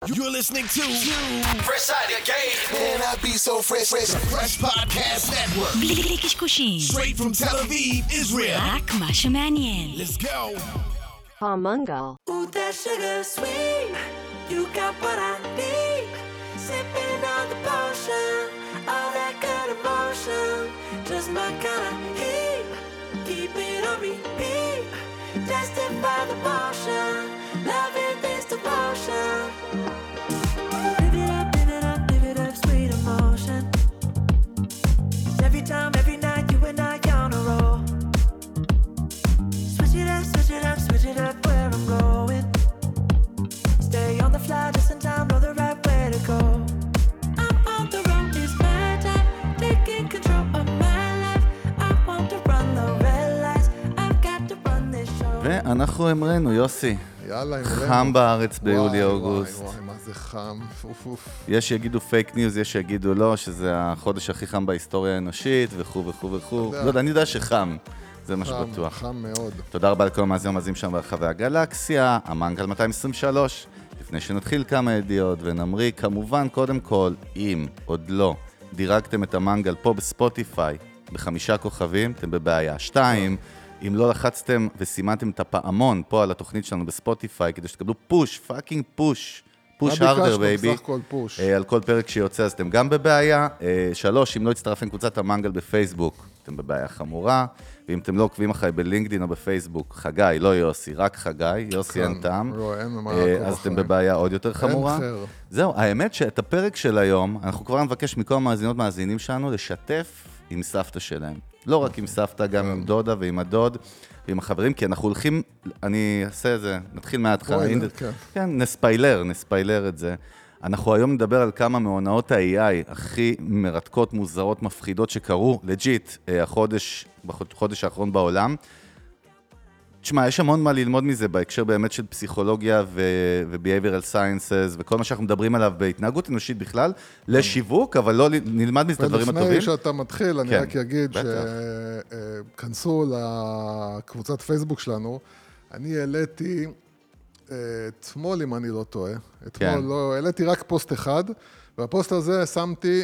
You're listening to Fresh Out of Game. Man, I be so fresh. Fresh Podcast Network. בלי קשקושים. Straight from Tel Aviv, Israel. רק מה שמעניין. Let's go. Palmungal. Ooh, that sugar sweet. You got what I need. Sipping on the potion. All that good emotion. Just my kind of heat. Keep it on repeat. Testify the motion. Loving this devotion. Live it up, sweet emotion. Every time, every night, you and I on a roll. Switch it up where I'm going. Stay on the fly just in time, know the right way to go. I'm on the road, it's my time, taking control of my life. I want to run the red lights, I've got to run this show. ואנחנו אמרנו, יוסי, יאללה, חם בארץ ביולי-אוגוסט. וואי, מה זה חם, אוף. יש שיגידו פייק ניוז, יש שיגידו לא, שזה החודש הכי חם בהיסטוריה האנושית, וכו'. לא יודע, אני יודע שחם, זה מה שבטוח. חם מאוד. תודה רבה לכל המאזינים שם ברחבי הגלקסיה, המנגל 223. לפני שנתחיל כמה ידיעות ונמריא, כמובן, קודם כל, אם עוד לא דירגתם את המנגל פה בספוטיפיי, ב5 כוכבים, אתם בבעיה. 2, אם לא לחצתם וסימנתם את הפעמון פה על התוכנית שלנו בספוטיפיי, כדי שתקבלו פוש, פאקינג פוש הרדר בייבי, על כל פרק שיוצא, אז אתם גם בבעיה. 3, אם לא הצטרפתם קבוצת המנגל בפייסבוק, אתם בבעיה חמורה, ואם אתם לא עוקבים אחרי בלינקדין או בפייסבוק, חגי, לא יוסי, רק חגי, יוסי אין טעם, אז אתם בבעיה עוד יותר חמורה. זהו, האמת שאת הפרק של היום, אנחנו כבר נבקש מכל המאזינות מאזינים שלנו לשתף עם סבתא שלהם. לא רק עם סבתא, גם עם דודה ועם הדוד ועם החברים, כי אנחנו הולכים, אני אעשה את זה, נתחיל מההתחלה. כן, נספיילר את זה. אנחנו היום נדבר על כמה מעונאות ה-AI הכי מרתקות, מוזרות, מפחידות שקרו, לג'יט, בחודש האחרון בעולם. תשמע, יש המון מה ללמוד מזה בהקשר באמת של פסיכולוגיה ו-behavioral sciences וכל מה שאנחנו מדברים עליו בהתנהגות אנושית בכלל, לשיווק, אבל לא נלמד מזה את הדברים הטובים. ולפני שאתה מתחיל, אני רק אגיד שכנסו לקבוצת פייסבוק שלנו, אני העליתי אתמול, אם אני לא טועה, העליתי רק פוסט אחד, והפוסט הזה שמתי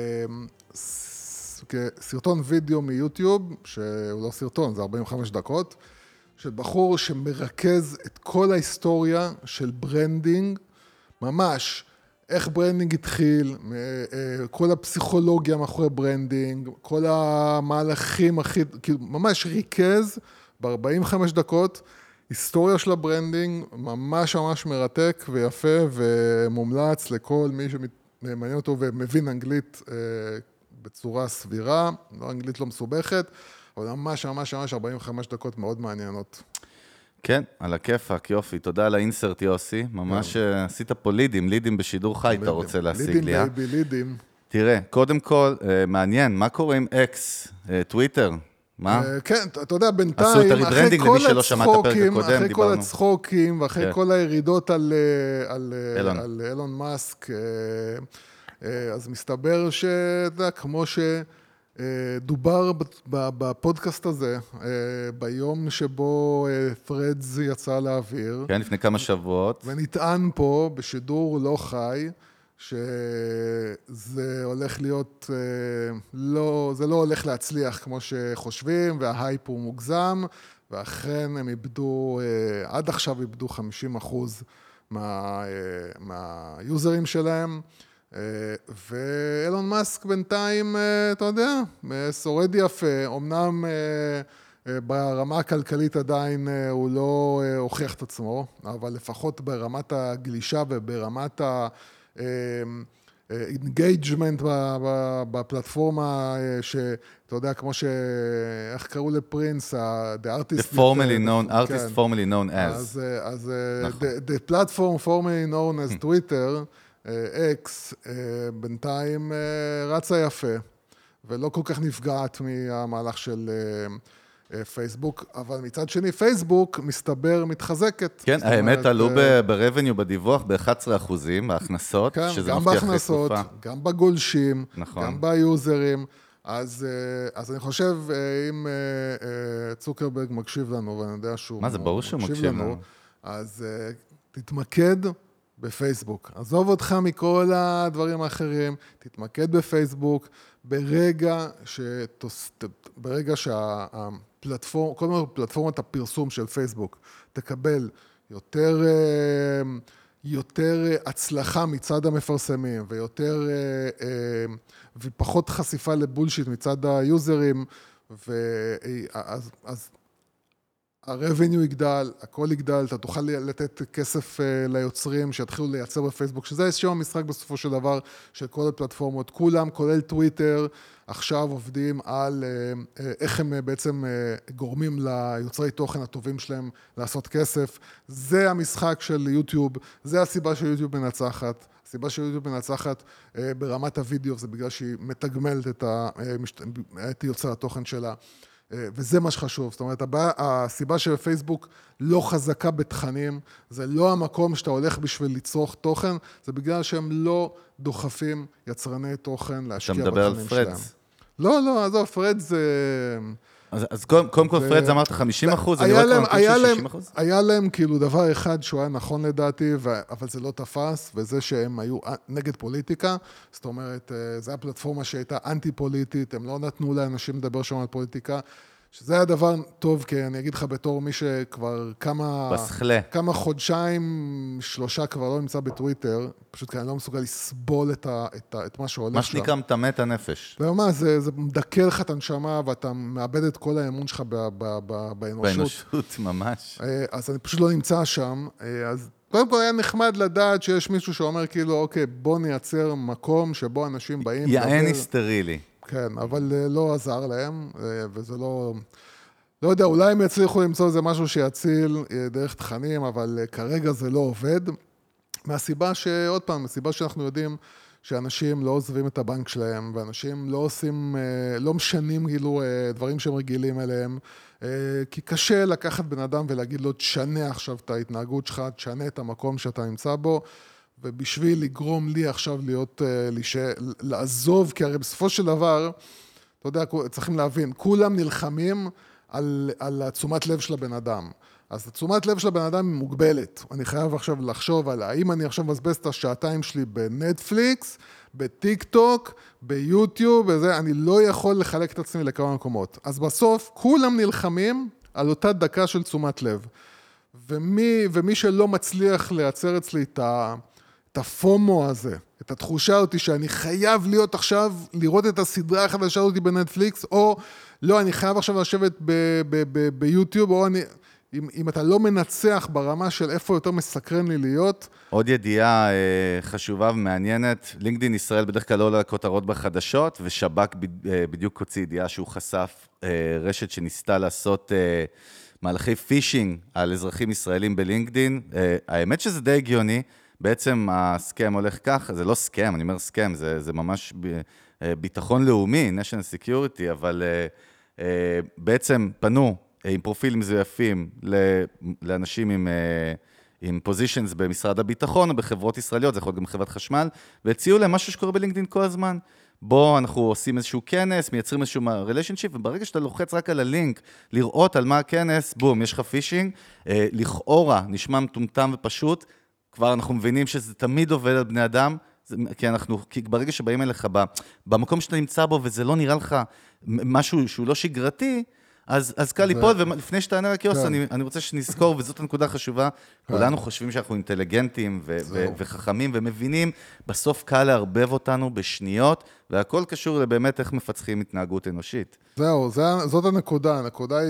סרטון וידאו מיוטיוב, שהוא לא סרטון, זה 45 דקות, של בחור שמרכז את כל ההיסטוריה של ברנדינג, ממש, איך ברנדינג התחיל, כל הפסיכולוגיה מאחורי ברנדינג, כל המהלכים הכי, כאילו ממש ריכז ב-45 דקות, היסטוריה של הברנדינג, ממש מרתק ויפה ומומלץ לכל מי שמעניין אותו ומבין אנגלית בצורה סבירה, לא אנגלית לא מסובכת, אבל ממש 45 דקות מאוד מעניינות. כן, על הכיפק, יופי. תודה על האינסרט, יוסי. ממש עשית פה לידים בשידור חי, אתה רוצה להשיג לי, לידים. תראה, קודם כל, מעניין, מה קורה עם אקס, טוויטר? מה? כן, אתה יודע, בינתיים, אחרי כל הצחוקים, ואחרי כל הירידות על אילון מאסק, אז מסתבר כמו דובר בפודקאסט הזה, ביום שבו Threads יצא לאוויר. כן, לפני כמה שבועות. ונטען פה בשידור לא חי, שזה הולך להיות, זה לא הולך להצליח כמו שחושבים, וההייפ הוא מוגזם, ואכן הם איבדו, עד עכשיו איבדו 50% מהיוזרים שלהם, ואילון מאסק בינתיים, אתה יודע, שורד יפה, אמנם ברמה הכלכלית עדיין הוא לא הוכיח את עצמו, אבל לפחות ברמת הגלישה וברמת engagement בפלטפורמה שאתה יודע, כמו איך קראו לפרינס, the artist formerly known as. אז the platform formerly known as Twitter, X, בינתיים רצה יפה, ולא כל כך נפגעת מהמהלך של פייסבוק, אבל מצד שני פייסבוק מסתבר מתחזקת. כן, האמת עלו ברבניו בדיווח ב-11% בהכנסות, שזה גם בהכנסות, גם בגולשים, גם ביוזרים, אז אני חושב, אם צוקרברג מקשיב לנו, ואני יודע שהוא מה זה, ברור שהוא מקשיב לנו. אז תתמקד בפייסבוק. עזוב אותך מכל הדברים האחרים, תתמקד בפייסבוק, ברגע שהפלטפורמה, קודם כל פלטפורמת הפרסום של פייסבוק תקבל יותר הצלחה מצד המפרסמים, ופחות חשיפה לבולשיט מצד היוזרים, אז הרבניו יגדל, הכל יגדל, אתה תוכל לתת כסף ליוצרים שיתחילו לייצר בפייסבוק, שזה שם המשחק בסופו של דבר של כל הפלטפורמות, כולם, כולל טוויטר, עכשיו עובדים על איך הם בעצם גורמים ליוצרי תוכן הטובים שלהם לעשות כסף. זה המשחק של יוטיוב, זה הסיבה שיוטיוב מנצחת. הסיבה שיוטיוב מנצחת ברמת הוידאו, זה בגלל שהיא מתגמלת את יוצר התוכן שלה. וזה מה שחשוב. זאת אומרת, הסיבה שבפייסבוק לא חזקה בתכנים, זה לא המקום שאתה הולך בשביל לצרוך תוכן, זה בגלל שהם לא דוחפים יצרני תוכן להשקיע בתכנים שלהם. אתה מדבר על פרדס? לא, עזוב, פרדס זה... אז קודם כל פרדס אמרת 50%, אני רואה כבר 60%? היה להם כאילו דבר אחד שהוא היה נכון לדעתי, אבל זה לא תפס, וזה שהם היו נגד פוליטיקה, זאת אומרת, זו הפלטפורמה שהייתה אנטי-פוליטית, הם לא נתנו לאנשים לדבר שם על פוליטיקה, שזה היה דבר טוב, כי אני אגיד לך בתור מי שכבר כמה חודשיים, 3 כבר לא נמצא בטוויטר, פשוט כי אני לא מסוגל לסבול את מה שהולך שם. מה שנקרא מטמא את הנפש. וממה, זה מדכא לך את הנשמה, ואתה מאבד את כל האמון שלך באנושות. באנושות, ממש. אז אני פשוט לא נמצא שם, אז קודם כל היה נחמד לדעת שיש מישהו שאומר כאילו, אוקיי, בוא נייצר מקום שבו אנשים באים... יעני סטרילי. כן, אבל לא עזר להם, וזה לא... לא יודע, אולי הם יצליחו למצוא איזה משהו שיציל דרך תכנים, אבל כרגע זה לא עובד. מהסיבה שעוד פעם, מהסיבה שאנחנו יודעים שאנשים לא עוזבים את הבנק שלהם, ואנשים לא עושים, לא משנים כאילו דברים שהם רגילים אליהם, כי קשה לקחת בן אדם ולהגיד לו, תשנה עכשיו את ההתנהגות שלך, תשנה את המקום שאתה נמצא בו, ובשביל לגרום לי עכשיו לעזוב, כי הרי בסופו של דבר, אתה יודע, צריכים להבין, כולם נלחמים על תשומת לב של הבן אדם. אז תשומת לב של הבן אדם היא מוגבלת. אני חייב עכשיו לחשוב על האם אני עכשיו מבזבז את השעתיים שלי בנטפליקס, בטיק טוק, ביוטיוב, וזה, אני לא יכול לחלק את עצמי לכמה מקומות. אז בסוף כולם נלחמים על אותה דקה של תשומת לב. ומי שלא מצליח לייצר אצלי את הפומו הזה, את התחושה אותי שאני חייב להיות עכשיו, לראות את הסדרה החדשה אותי בנטפליקס, או לא, אני חייב עכשיו לשבת ביוטיוב, או אם אתה לא מנצח ברמה של איפה יותר מסקרן לי להיות. עוד ידיעה חשובה ומעניינת, לינקדין ישראל בדרך כלל לא עולה כותרות בחדשות, ושב"כ בדיוק הוציא ידיעה שהוא חשף רשת שניסתה לעשות מהלכי פישינג על אזרחים ישראלים בלינקדין. האמת שזה די הגיוני, בעצם הסכם הולך כך, זה לא סכם, אני אומר סכם, זה ממש ביטחון לאומי, national security, אבל בעצם פנו עם פרופילים מזויפים לאנשים עם positions במשרד הביטחון או בחברות ישראליות, זה יכול להיות גם חברת חשמל, והציעו להם משהו שקורה בלינקדין כל הזמן. בו אנחנו עושים איזשהו כנס, מייצרים איזשהו relationship, וברגע שאתה לוחץ רק על הלינק, לראות על מה הכנס, בום, יש לך פישינג, לכאורה, נשמע מטומטם ופשוט, כבר אנחנו מבינים שזה תמיד עובד על בני אדם, כי ברגע שבאים אליך, במקום שאתה נמצא בו, וזה לא נראה לך משהו שהוא לא שגרתי, אז קל ליפול, ולפני שאתה ענה לקיוס, אני רוצה שנזכור, וזאת הנקודה החשובה, כולנו חושבים שאנחנו אינטליגנטים וחכמים ומבינים, בסוף קל להרבב אותנו בשניות, והכל קשור לבאמת איך מפצחים התנהגות אנושית. זהו, זאת הנקודה היא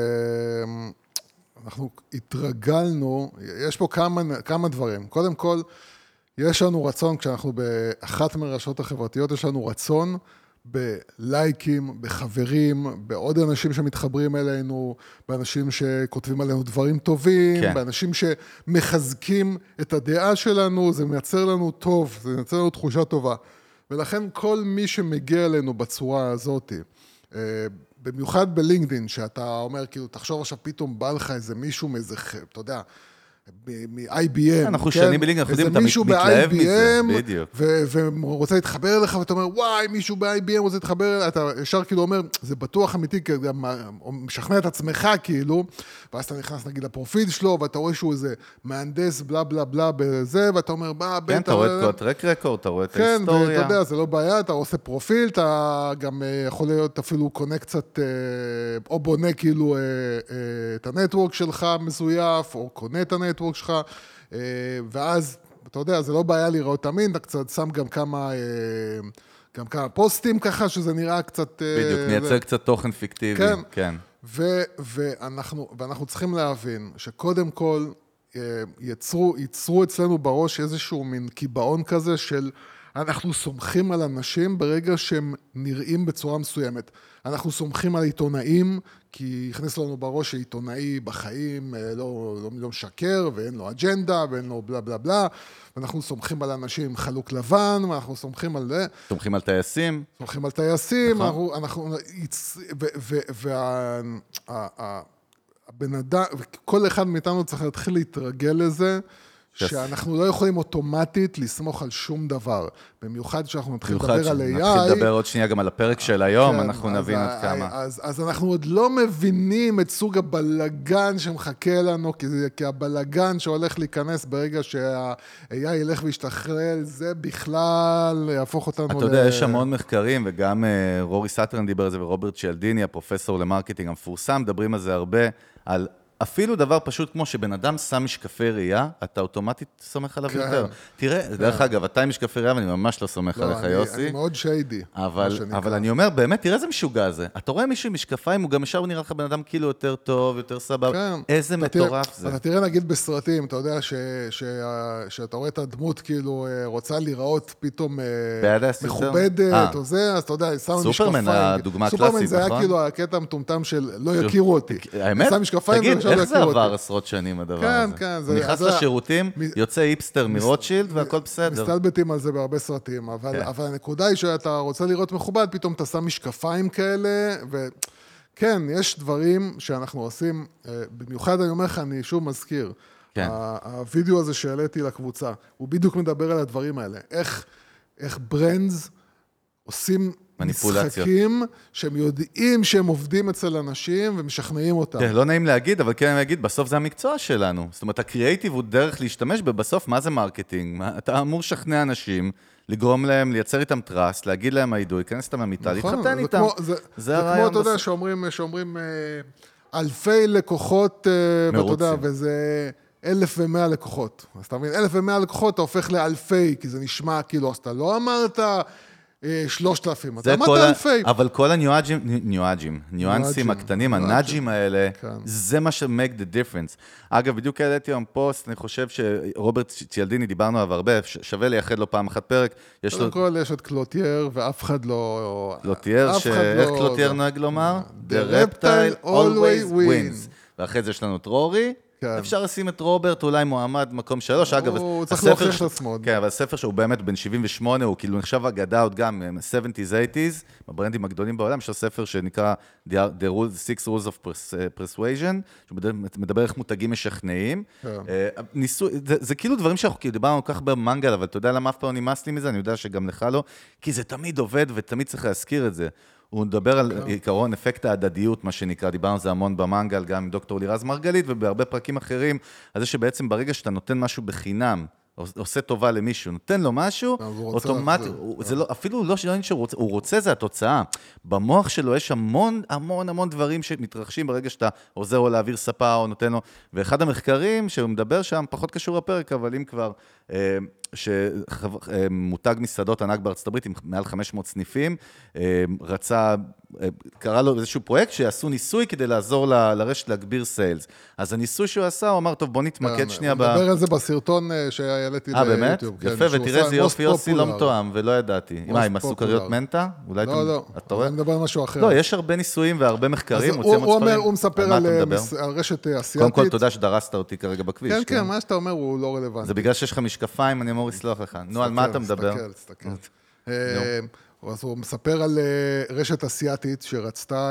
שאנחנו התרגלנו, יש פה כמה דברים. קודם כל, יש לנו רצון, כשאנחנו באחת מהרשתות החברתיות, יש לנו רצון בלייקים, בחברים, בעוד אנשים שמתחברים אלינו, באנשים שכותבים עלינו דברים טובים, כן. באנשים שמחזקים את הדעה שלנו, זה מייצר לנו טוב, זה מייצר לנו תחושה טובה. ולכן כל מי שמגיע אלינו בצורה הזאת, במיוחד בלינקדין, שאתה אומר, כאילו, תחשוב עכשיו פתאום בא לך איזה מישהו מאיזה, אתה יודע, מ-IBM, אנחנו שנים בלינק, אנחנו יודעים, אתה מתלהב מזה, בדיוק. ורוצה להתחבר אליך, ואתה אומר, וואי, מישהו ב-IBM רוצה להתחבר אליך, אתה ישר כאילו אומר, זה בטוח אמיתי, משכנע את עצמך כאילו, ואז אתה נכנס נגיד לפרופיל שלו, ואתה רואה שהוא איזה מהנדס בלה בלה בלה בזה, ואתה אומר, כן, אתה רואה את כל הטרק רקורד, אתה רואה את ההיסטוריה. כן, ואתה יודע, זה לא בעיה, אתה עושה פרופיל, אתה גם יכול להיות אפילו קונה קצת, או בונה כאילו את הנטוורק שלך מזויף, או קונה את הנטוורק שלך, ואז, אתה יודע, זה לא בעיה לראות אמין, אתה קצת שם גם כמה פוסטים ככה, שזה נראה קצת... בדיוק, מייצר קצת תוכן פיקטיבי. כן. ואנחנו צריכים להבין שקודם כל ייצרו אצלנו בראש איזשהו מין קיבעון כזה של אנחנו סומכים על אנשים ברגע שהם נראים בצורה מסוימת. אנחנו סומכים על עיתונאים, כי הכניס לנו בראש שעיתונאי בחיים לא משקר, ואין לו אג'נדה, ואין לו בלה בלה בלה, ואנחנו סומכים על אנשים חלוק לבן, ואנחנו סומכים על זה. סומכים על טייסים. סומכים על טייסים, הבן אדם, כל אחד מאיתנו צריך להתחיל להתרגל לזה, שאנחנו לא יכולים אוטומטית לסמוך על שום דבר. במיוחד שאנחנו נתחיל לדבר על AI. נתחיל לדבר עוד שנייה גם על הפרק של היום, אנחנו נבין עד כמה. אז אנחנו עוד לא מבינים את סוג הבלגן שמחכה לנו, כי הבלגן שהולך להיכנס ברגע שה-AI ילך וישתחרר, זה בכלל יהפוך אותנו אתה יודע, יש המון מחקרים, וגם רורי סטרן דיבר על זה, ורוברט צ'יאלדיני, הפרופסור למרקטינג המפורסם, מדברים על זה הרבה, על אפילו דבר פשוט כמו שבן אדם שם משקפי ראייה, אתה אוטומטית סומך עליו יותר. תראה, דרך אגב, אתה עם משקפי ראייה, ואני ממש לא סומך עליך, יוסי. אני מאוד שיידי. אבל אני אומר, באמת, תראה איזה משוגע זה. אתה רואה מישהו עם משקפיים, הוא גם ישר נראה לך בן אדם כאילו יותר טוב, יותר סבבה. איזה מטורף זה. אתה תראה נגיד בסרטים, אתה יודע שאתה רואה את הדמות כאילו רוצה להיראות פתאום מכובדת או זה, אז אתה יודע, שם משקפיים. סופרמן, הדוגמה הקלאסית, נכון? סופרמן זה היה כאילו הקטע המטומטם של לא יכירו אותי. האמת? תגיד, איך זה עבר עשרות שנים הדבר הזה? כן. הוא נכנס לשירותים, יוצא היפסטר מרוטשילד והכל בסדר. מסתלבטים על זה בהרבה סרטים, אבל הנקודה היא שאתה רוצה לראות מכובד, פתאום אתה שם משקפיים כאלה, וכן, יש דברים שאנחנו עושים, במיוחד אני אומר לך, אני שוב מזכיר, הווידאו הזה שהעליתי לקבוצה, הוא בדיוק מדבר על הדברים האלה, איך ברנדס עושים משחקים שהם יודעים שהם עובדים אצל אנשים ומשכנעים אותם. לא נעים להגיד, אבל כן אני אגיד, בסוף זה המקצוע שלנו. זאת אומרת, הקריאייטיב הוא דרך להשתמש בסוף, מה זה מרקטינג? אתה אמור לשכנע אנשים, לגרום להם, לייצר איתם טראסט, להגיד להם הידוע, להיכנס איתם למיטה, להתחתן איתם. זה כמו, אתה יודע, שאומרים אלפי לקוחות, ואתה יודע, וזה 1,100 לקוחות. אז אתה מבין, 1,100 לקוחות, אתה הופך לאלפי, כי זה נשמע כאילו, אז אתה לא אמרת 3,000, אתה אמרת אלפי. אבל כל הניואנסים הקטנים, הנאג'ים האלה, זה מה ש-make the difference. אגב, בדיוק העליתי היום פוסט, אני חושב שרוברט צ'יאלדיני, דיברנו עליו הרבה, שווה לייחד לו פעם אחת פרק. קודם כל, יש את קלוטייר, ואף אחד לא... קלוטייר, איך קלוטייר נוהג לומר? The reptile always wins. ואחרי זה יש לנו את רורי, אפשר לשים את רוברט, אולי מועמד מקום 3, אגב, הוא צריך להוכיח את עצמו. כן, אבל הספר שהוא באמת בן 78, הוא כאילו נחשב אגדה עוד גם, 70s, 80s, בברנדים הגדולים בעולם, יש לו ספר שנקרא The 6 Rules of Persuasion, שמדבר איך מותגים משכנעים. זה כאילו דברים שאנחנו דיברנו כך במנגל, אבל אתה יודע למה אף פעם נמאס לי מזה, אני יודע שגם לך לא, כי זה תמיד עובד ותמיד צריך להזכיר את זה. הוא מדבר על עיקרון אפקט ההדדיות, מה שנקרא, דיברנו על זה המון במנגל, גם עם דוקטור לירז מרגלית, ובהרבה פרקים אחרים, על זה שבעצם ברגע שאתה נותן משהו בחינם, עושה טובה למישהו, נותן לו משהו, אוטומטי, אפילו לא שאין שהוא רוצה, הוא רוצה, זה התוצאה. במוח שלו יש המון דברים שמתרחשים ברגע שאתה עוזר לו להעביר ספה או נותן לו, ואחד המחקרים שהוא מדבר שם, פחות קשור לפרק, אבל אם כבר, שמותג מסעדות ענק בארצות הברית עם מעל 500 סניפים, קרא לו איזשהו פרויקט שיעשו ניסוי כדי לעזור לרשת להגביר סיילס. אז הניסוי שהוא עשה, הוא אמר, טוב, בוא נתמקד שנייה. הוא מדבר על זה בסרטון שהעליתי ליוטיוב. באמת? יפה, ותראה איזה יוסי לא מתואם, ולא ידעתי. מה, עם הסוכריות מנטה? לא, אני מדבר על משהו אחר. לא, יש הרבה ניסויים והרבה מחקרים. הוא מספר על רשת אסיאתית. קודם כל, תודה שדרסת אותי כרגע בכביש. כן, מה שאתה אומר הוא לא רלוונטי. זה בגלל שיש לך משקפיים, אני אמור לסלוח לך. נו, על מה אתה מדבר? תסתכל. אז הוא מספר על רשת אסיאתית שרצתה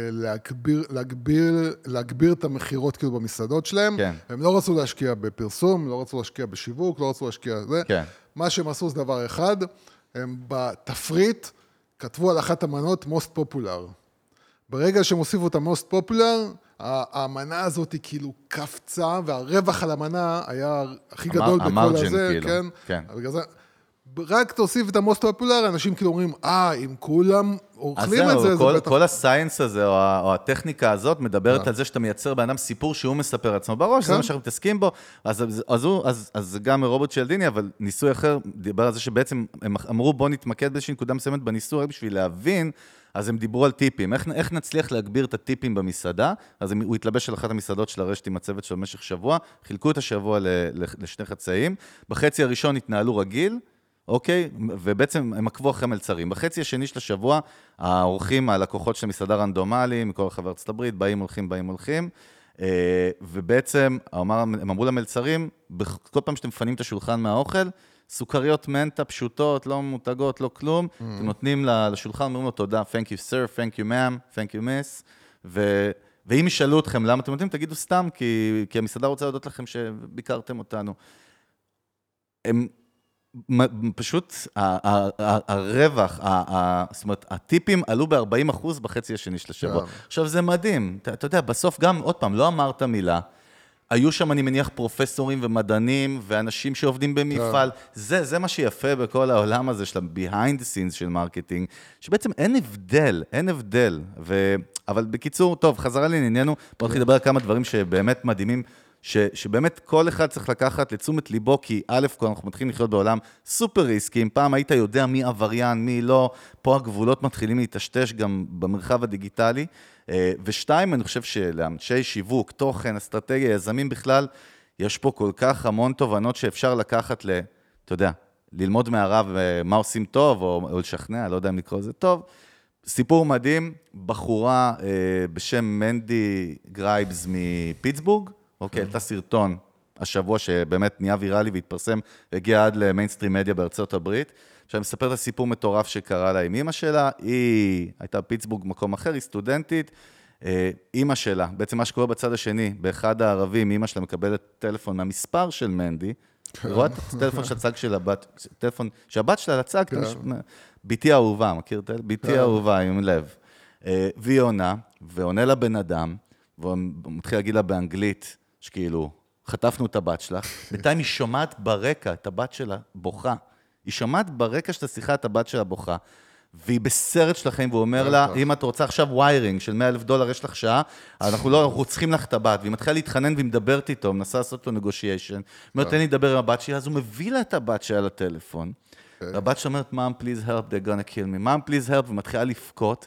להגביר את המחירות כאילו במסעדות שלהם. הם לא רצו להשקיע בפרסום, לא רצו להשקיע בשיווק, לא רצו להשקיע זה. מה שהם עשו זה דבר אחד, הם בתפריט כתבו על אחת המנות most popular. ברגע שהם הוסיפו את ה-most popular, המנה הזאת היא כאילו קפצה, והרווח על המנה היה הכי גדול בכל המרג'ן, הזה, כאילו. כן? כן. בגלל זה, רק תוסיף את המוסט פופולר, אנשים כאילו אומרים, אם כולם אוכלים את זה, זה בטח... כל הסיינס הזה, או הטכניקה הזאת, מדברת על זה שאתה מייצר באדם סיפור שהוא מספר עצמו בראש, זה מה שאנחנו מתעסקים בו, אז זה גם רובוט שלדיני, אבל ניסוי אחר דיבר על זה שבעצם הם אמרו, בוא נתמקד באיזושהי נקודה מסוימת בניסוי, רק בשביל להבין, אז הם דיברו על טיפים, איך נצליח להגביר את הטיפים במסעדה, אז הוא התלבש על אחת המסעדות של הרשת עם הצוות שלו במשך שבוע, חילקו את השבוע לשני חצאים, בחצי הראשון התנהלו רגיל, אוקיי? ובעצם הם עקבו אחרי מלצרים. בחצי השני של השבוע, האורחים, הלקוחות של מסעדה רנדומלי, מכל חבר ארצות הברית, באים הולכים, ובעצם הם אמרו למלצרים, כל פעם שאתם מפנים את השולחן מהאוכל, סוכריות מנטה פשוטות, לא מותגות, לא כלום, אתם נותנים לשולחן, אומרים לו תודה, thank you sir, thank you ma'am, thank you miss, ואם ישאלו אתכם למה אתם נותנים, תגידו סתם, כי המסעדה רוצה להודות לכם שביקרתם אותנו. הם פשוט הרווח, זאת אומרת, הטיפים עלו ב-40% בחצי השני של השבוע. עכשיו זה מדהים, אתה יודע, בסוף גם, עוד פעם, לא אמרת מילה, היו שם, אני מניח, פרופסורים ומדענים, ואנשים שעובדים במפעל, זה מה שיפה בכל העולם הזה של ה-behind the scenes של מרקטינג, שבעצם אין הבדל, אבל בקיצור, טוב, חזרה לענייננו, בוא נתחיל לדבר על כמה דברים שבאמת מדהימים, שבאמת כל אחד צריך לקחת לתשומת ליבו, כי א', אנחנו מתחילים לחיות בעולם סופר ריסקי, אם פעם היית יודע מי עבריין, מי לא, פה הגבולות מתחילים להתשתש גם במרחב הדיגיטלי, ושתיים, אני חושב שלאנשי שיווק, תוכן, אסטרטגיה, יזמים בכלל, יש פה כל כך המון תובנות שאפשר לקחת אתה יודע, ללמוד מהרב מה עושים טוב, או לשכנע, לא יודע אם לקרוא לזה טוב. סיפור מדהים, בחורה בשם מנדי גרייבס מפיטסבורג, אוקיי, הייתה סרטון השבוע שבאמת נהיה ויראלי והתפרסם, והגיע עד למיינסטרים מדיה בארצות הברית, שאני מספר את הסיפור מטורף שקרה לה עם אמא שלה, היא הייתה בפיטסבורג מקום אחר, היא סטודנטית, אמא שלה, בעצם מה שקורה בצד השני, באחד הערבים, אמא שלה מקבלת טלפון מהמספר של מנדי, רואה את הטלפון שהצג של הבת, טלפון שהבת שלה לצג, ביתי האהובה, מכיר? ביתי האהובה עם לב. והיא עונה לה בן אדם, והוא מתחיל להגיד לה באנגלית, שכאילו, חטפנו את הבת שלך, בינתיים היא שומעת ברקע את הבת שלה בוכה, היא שומעת ברקע שאתה שיחה את הבת שלה בוכה, והיא בסרט של החיים, והוא אומר לה, אם את רוצה עכשיו ויירינג של $100,000, יש לך שעה, אנחנו צריכים לך את הבת, והיא מתחילה להתחנן והיא מדברת איתו, מנסה לעשות לו נגושיישן, אומרת, תן לי לדבר עם הבת שלי, אז הוא מביא לה את הבת שלה לטלפון, והבת שאומרת, Mom, please help, they're gonna kill me, Mom, please help, ומתחילה לפקוט,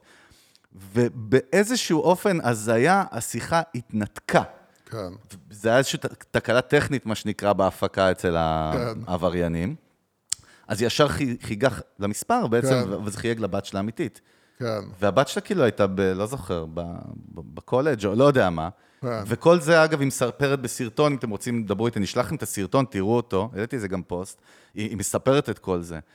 ובאיזשהו אופן, אז היה, השיחה התנתקה. כן. זה היה איזושהי תקלה טכנית, מה שנקרא, בהפקה אצל העבריינים. אז ישר חיגח למספר בעצם, וזה חייג לבת שלה אמיתית. כן. והבת שלה כאילו הייתה, לא זוכר, בקולג' או לא יודע מה. וכל זה, אגב, היא מספרת בסרטון, אם אתם רוצים לדברו איתי, נשלח לכם את הסרטון, תראו אותו, העליתי זה גם פוסט, היא מספרת את כל זה.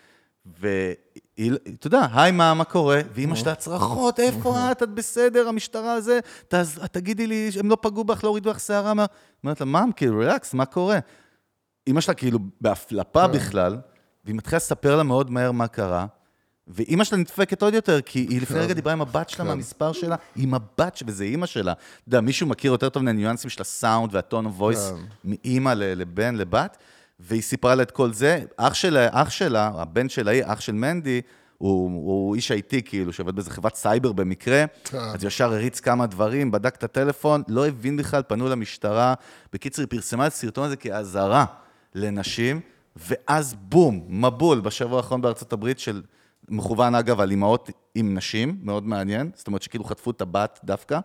והיא, אתה יודע, היי, מה קורה? ואמא שלה צרחות, איפה את בסדר, המשטרה הזה, תגידי לי, הם לא פגעו בך, לא הורידו לך שערה, אומרת לה, מאם, כאילו, רילקס, מה קורה? אמא שלה כאילו בהפלפה בכלל, והיא מתחילה לספר לה מאוד מהר מה קרה, ואמא שלה נדפקת עוד יותר, כי היא לפני רגע דיברה עם הבת שלה, מהמספר שלה, עם הבת, וזה אמא שלה. אתה יודע, מישהו מכיר יותר טוב לניואנסים של הסאונד והטון וויס, מאמא לבן, לבת, והיא סיפרה לה את כל זה. אח שלה, הבן שלה, אח של מנדי, הוא איש IT, כאילו, שעובד באיזה חברת סייבר במקרה, אז ישר הריץ כמה דברים, בדק את הטלפון, לא הבין בכלל, פנו למשטרה, בקיצור, היא פרסמה את הסרטון הזה כעזרה לנשים, ואז בום, מבול, בשבוע האחרון בארצות הברית של מכוון, אגב, על אימהות עם נשים, מאוד מעניין, זאת אומרת שכאילו חטפו את הבת דווקא,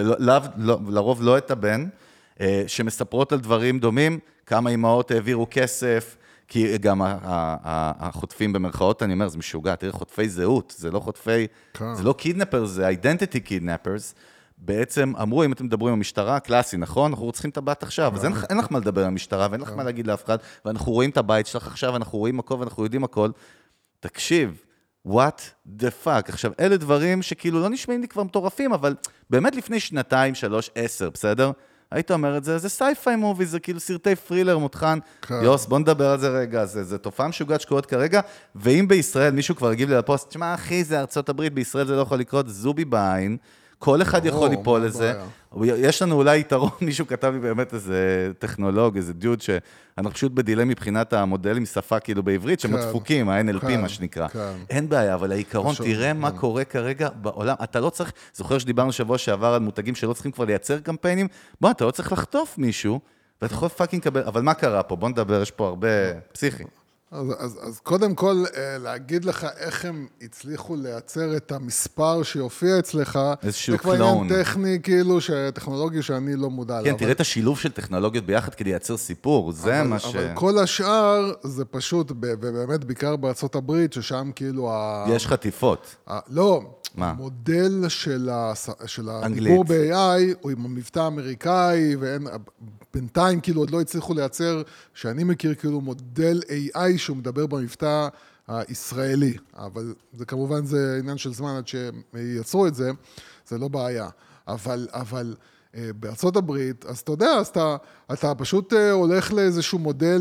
ולרוב לא את הבן, שמספרות על דברים דומים, כמה אימהות העבירו כסף, כי גם החוטפים במרכאות, אני אומר, זה משוגע, תראה, חוטפי זהות, זה לא חוטפי, זה לא קידנפרס, זה אידנטיטי קידנפרס, בעצם אמרו, אם אתם מדברים עם המשטרה, קלאסי, נכון? אנחנו רוצים את הבת עכשיו, אז אין לך מה לדבר עם המשטרה, ואין לך מה להגיד לאף אחד, ואנחנו רואים את הבית שלך עכשיו, אנחנו רואים הכל, ואנחנו יודעים הכל. תקשיב, what the fuck? עכשיו, אלה דברים שכאילו לא נשמעים לי כבר מטורפים, אבל באמת לפני 2, 3, 10, בסדר? היית אומר את זה, זה סייפיי מובי, זה כאילו סרטי פרילר מותחן. יוס, בוא נדבר על זה רגע, זה תופעה משוגעת שקורת כרגע, ואם בישראל מישהו כבר הגיב לי לפוסט, שמה אחי, זה ארצות הברית, בישראל זה לא יכול לקרות, זובי בעין, כל אחד יכול ברור, ליפול מה לזה. הבעיה? יש לנו אולי יתרון, מישהו כתב לי באמת איזה טכנולוג, איזה דיוד, שאנחנו פשוט בדילה מבחינת המודלים שפה כאילו בעברית, שהם לא כן, דפוקים, ה-NLP כן, מה שנקרא. כן. אין בעיה, אבל העיקרון, פשוט, תראה מה כן. קורה כרגע בעולם. אתה לא צריך, זוכר שדיברנו שבוע שעבר על מותגים שלא צריכים כבר לייצר קמפיינים? בוא, אתה לא צריך לחטוף מישהו, ואתה יכול פאקינג קבל, אבל מה קרה פה? בוא נדבר, יש פה הרבה פסיכי. אז קודם כל, להגיד לך איך הם הצליחו לייצר את המספר שיופיע אצלך, איזשהו זה כבר קלון. עניין טכני, כאילו, טכנולוגי שאני לא מודע כן, לו. תראה את השילוב של טכנולוגיות ביחד כדי לייצר סיפור, זה מה ש... אבל כל השאר זה פשוט, ובאמת בעיקר בארצות הברית, ששם כאילו יש חטיפות. לא, מה? המודל של אנגלית. הדיבור ב-AI הוא עם המבטא האמריקאי, בינתיים כאילו עוד לא הצליחו לייצר, שאני מכיר כאילו מודל AI שהוא מדבר במבטא הישראלי, אבל זה כמובן זה עניין של זמן עד שהם ייצרו את זה, זה לא בעיה. אבל בארצות הברית, אז אתה יודע, אז אתה פשוט הולך לאיזשהו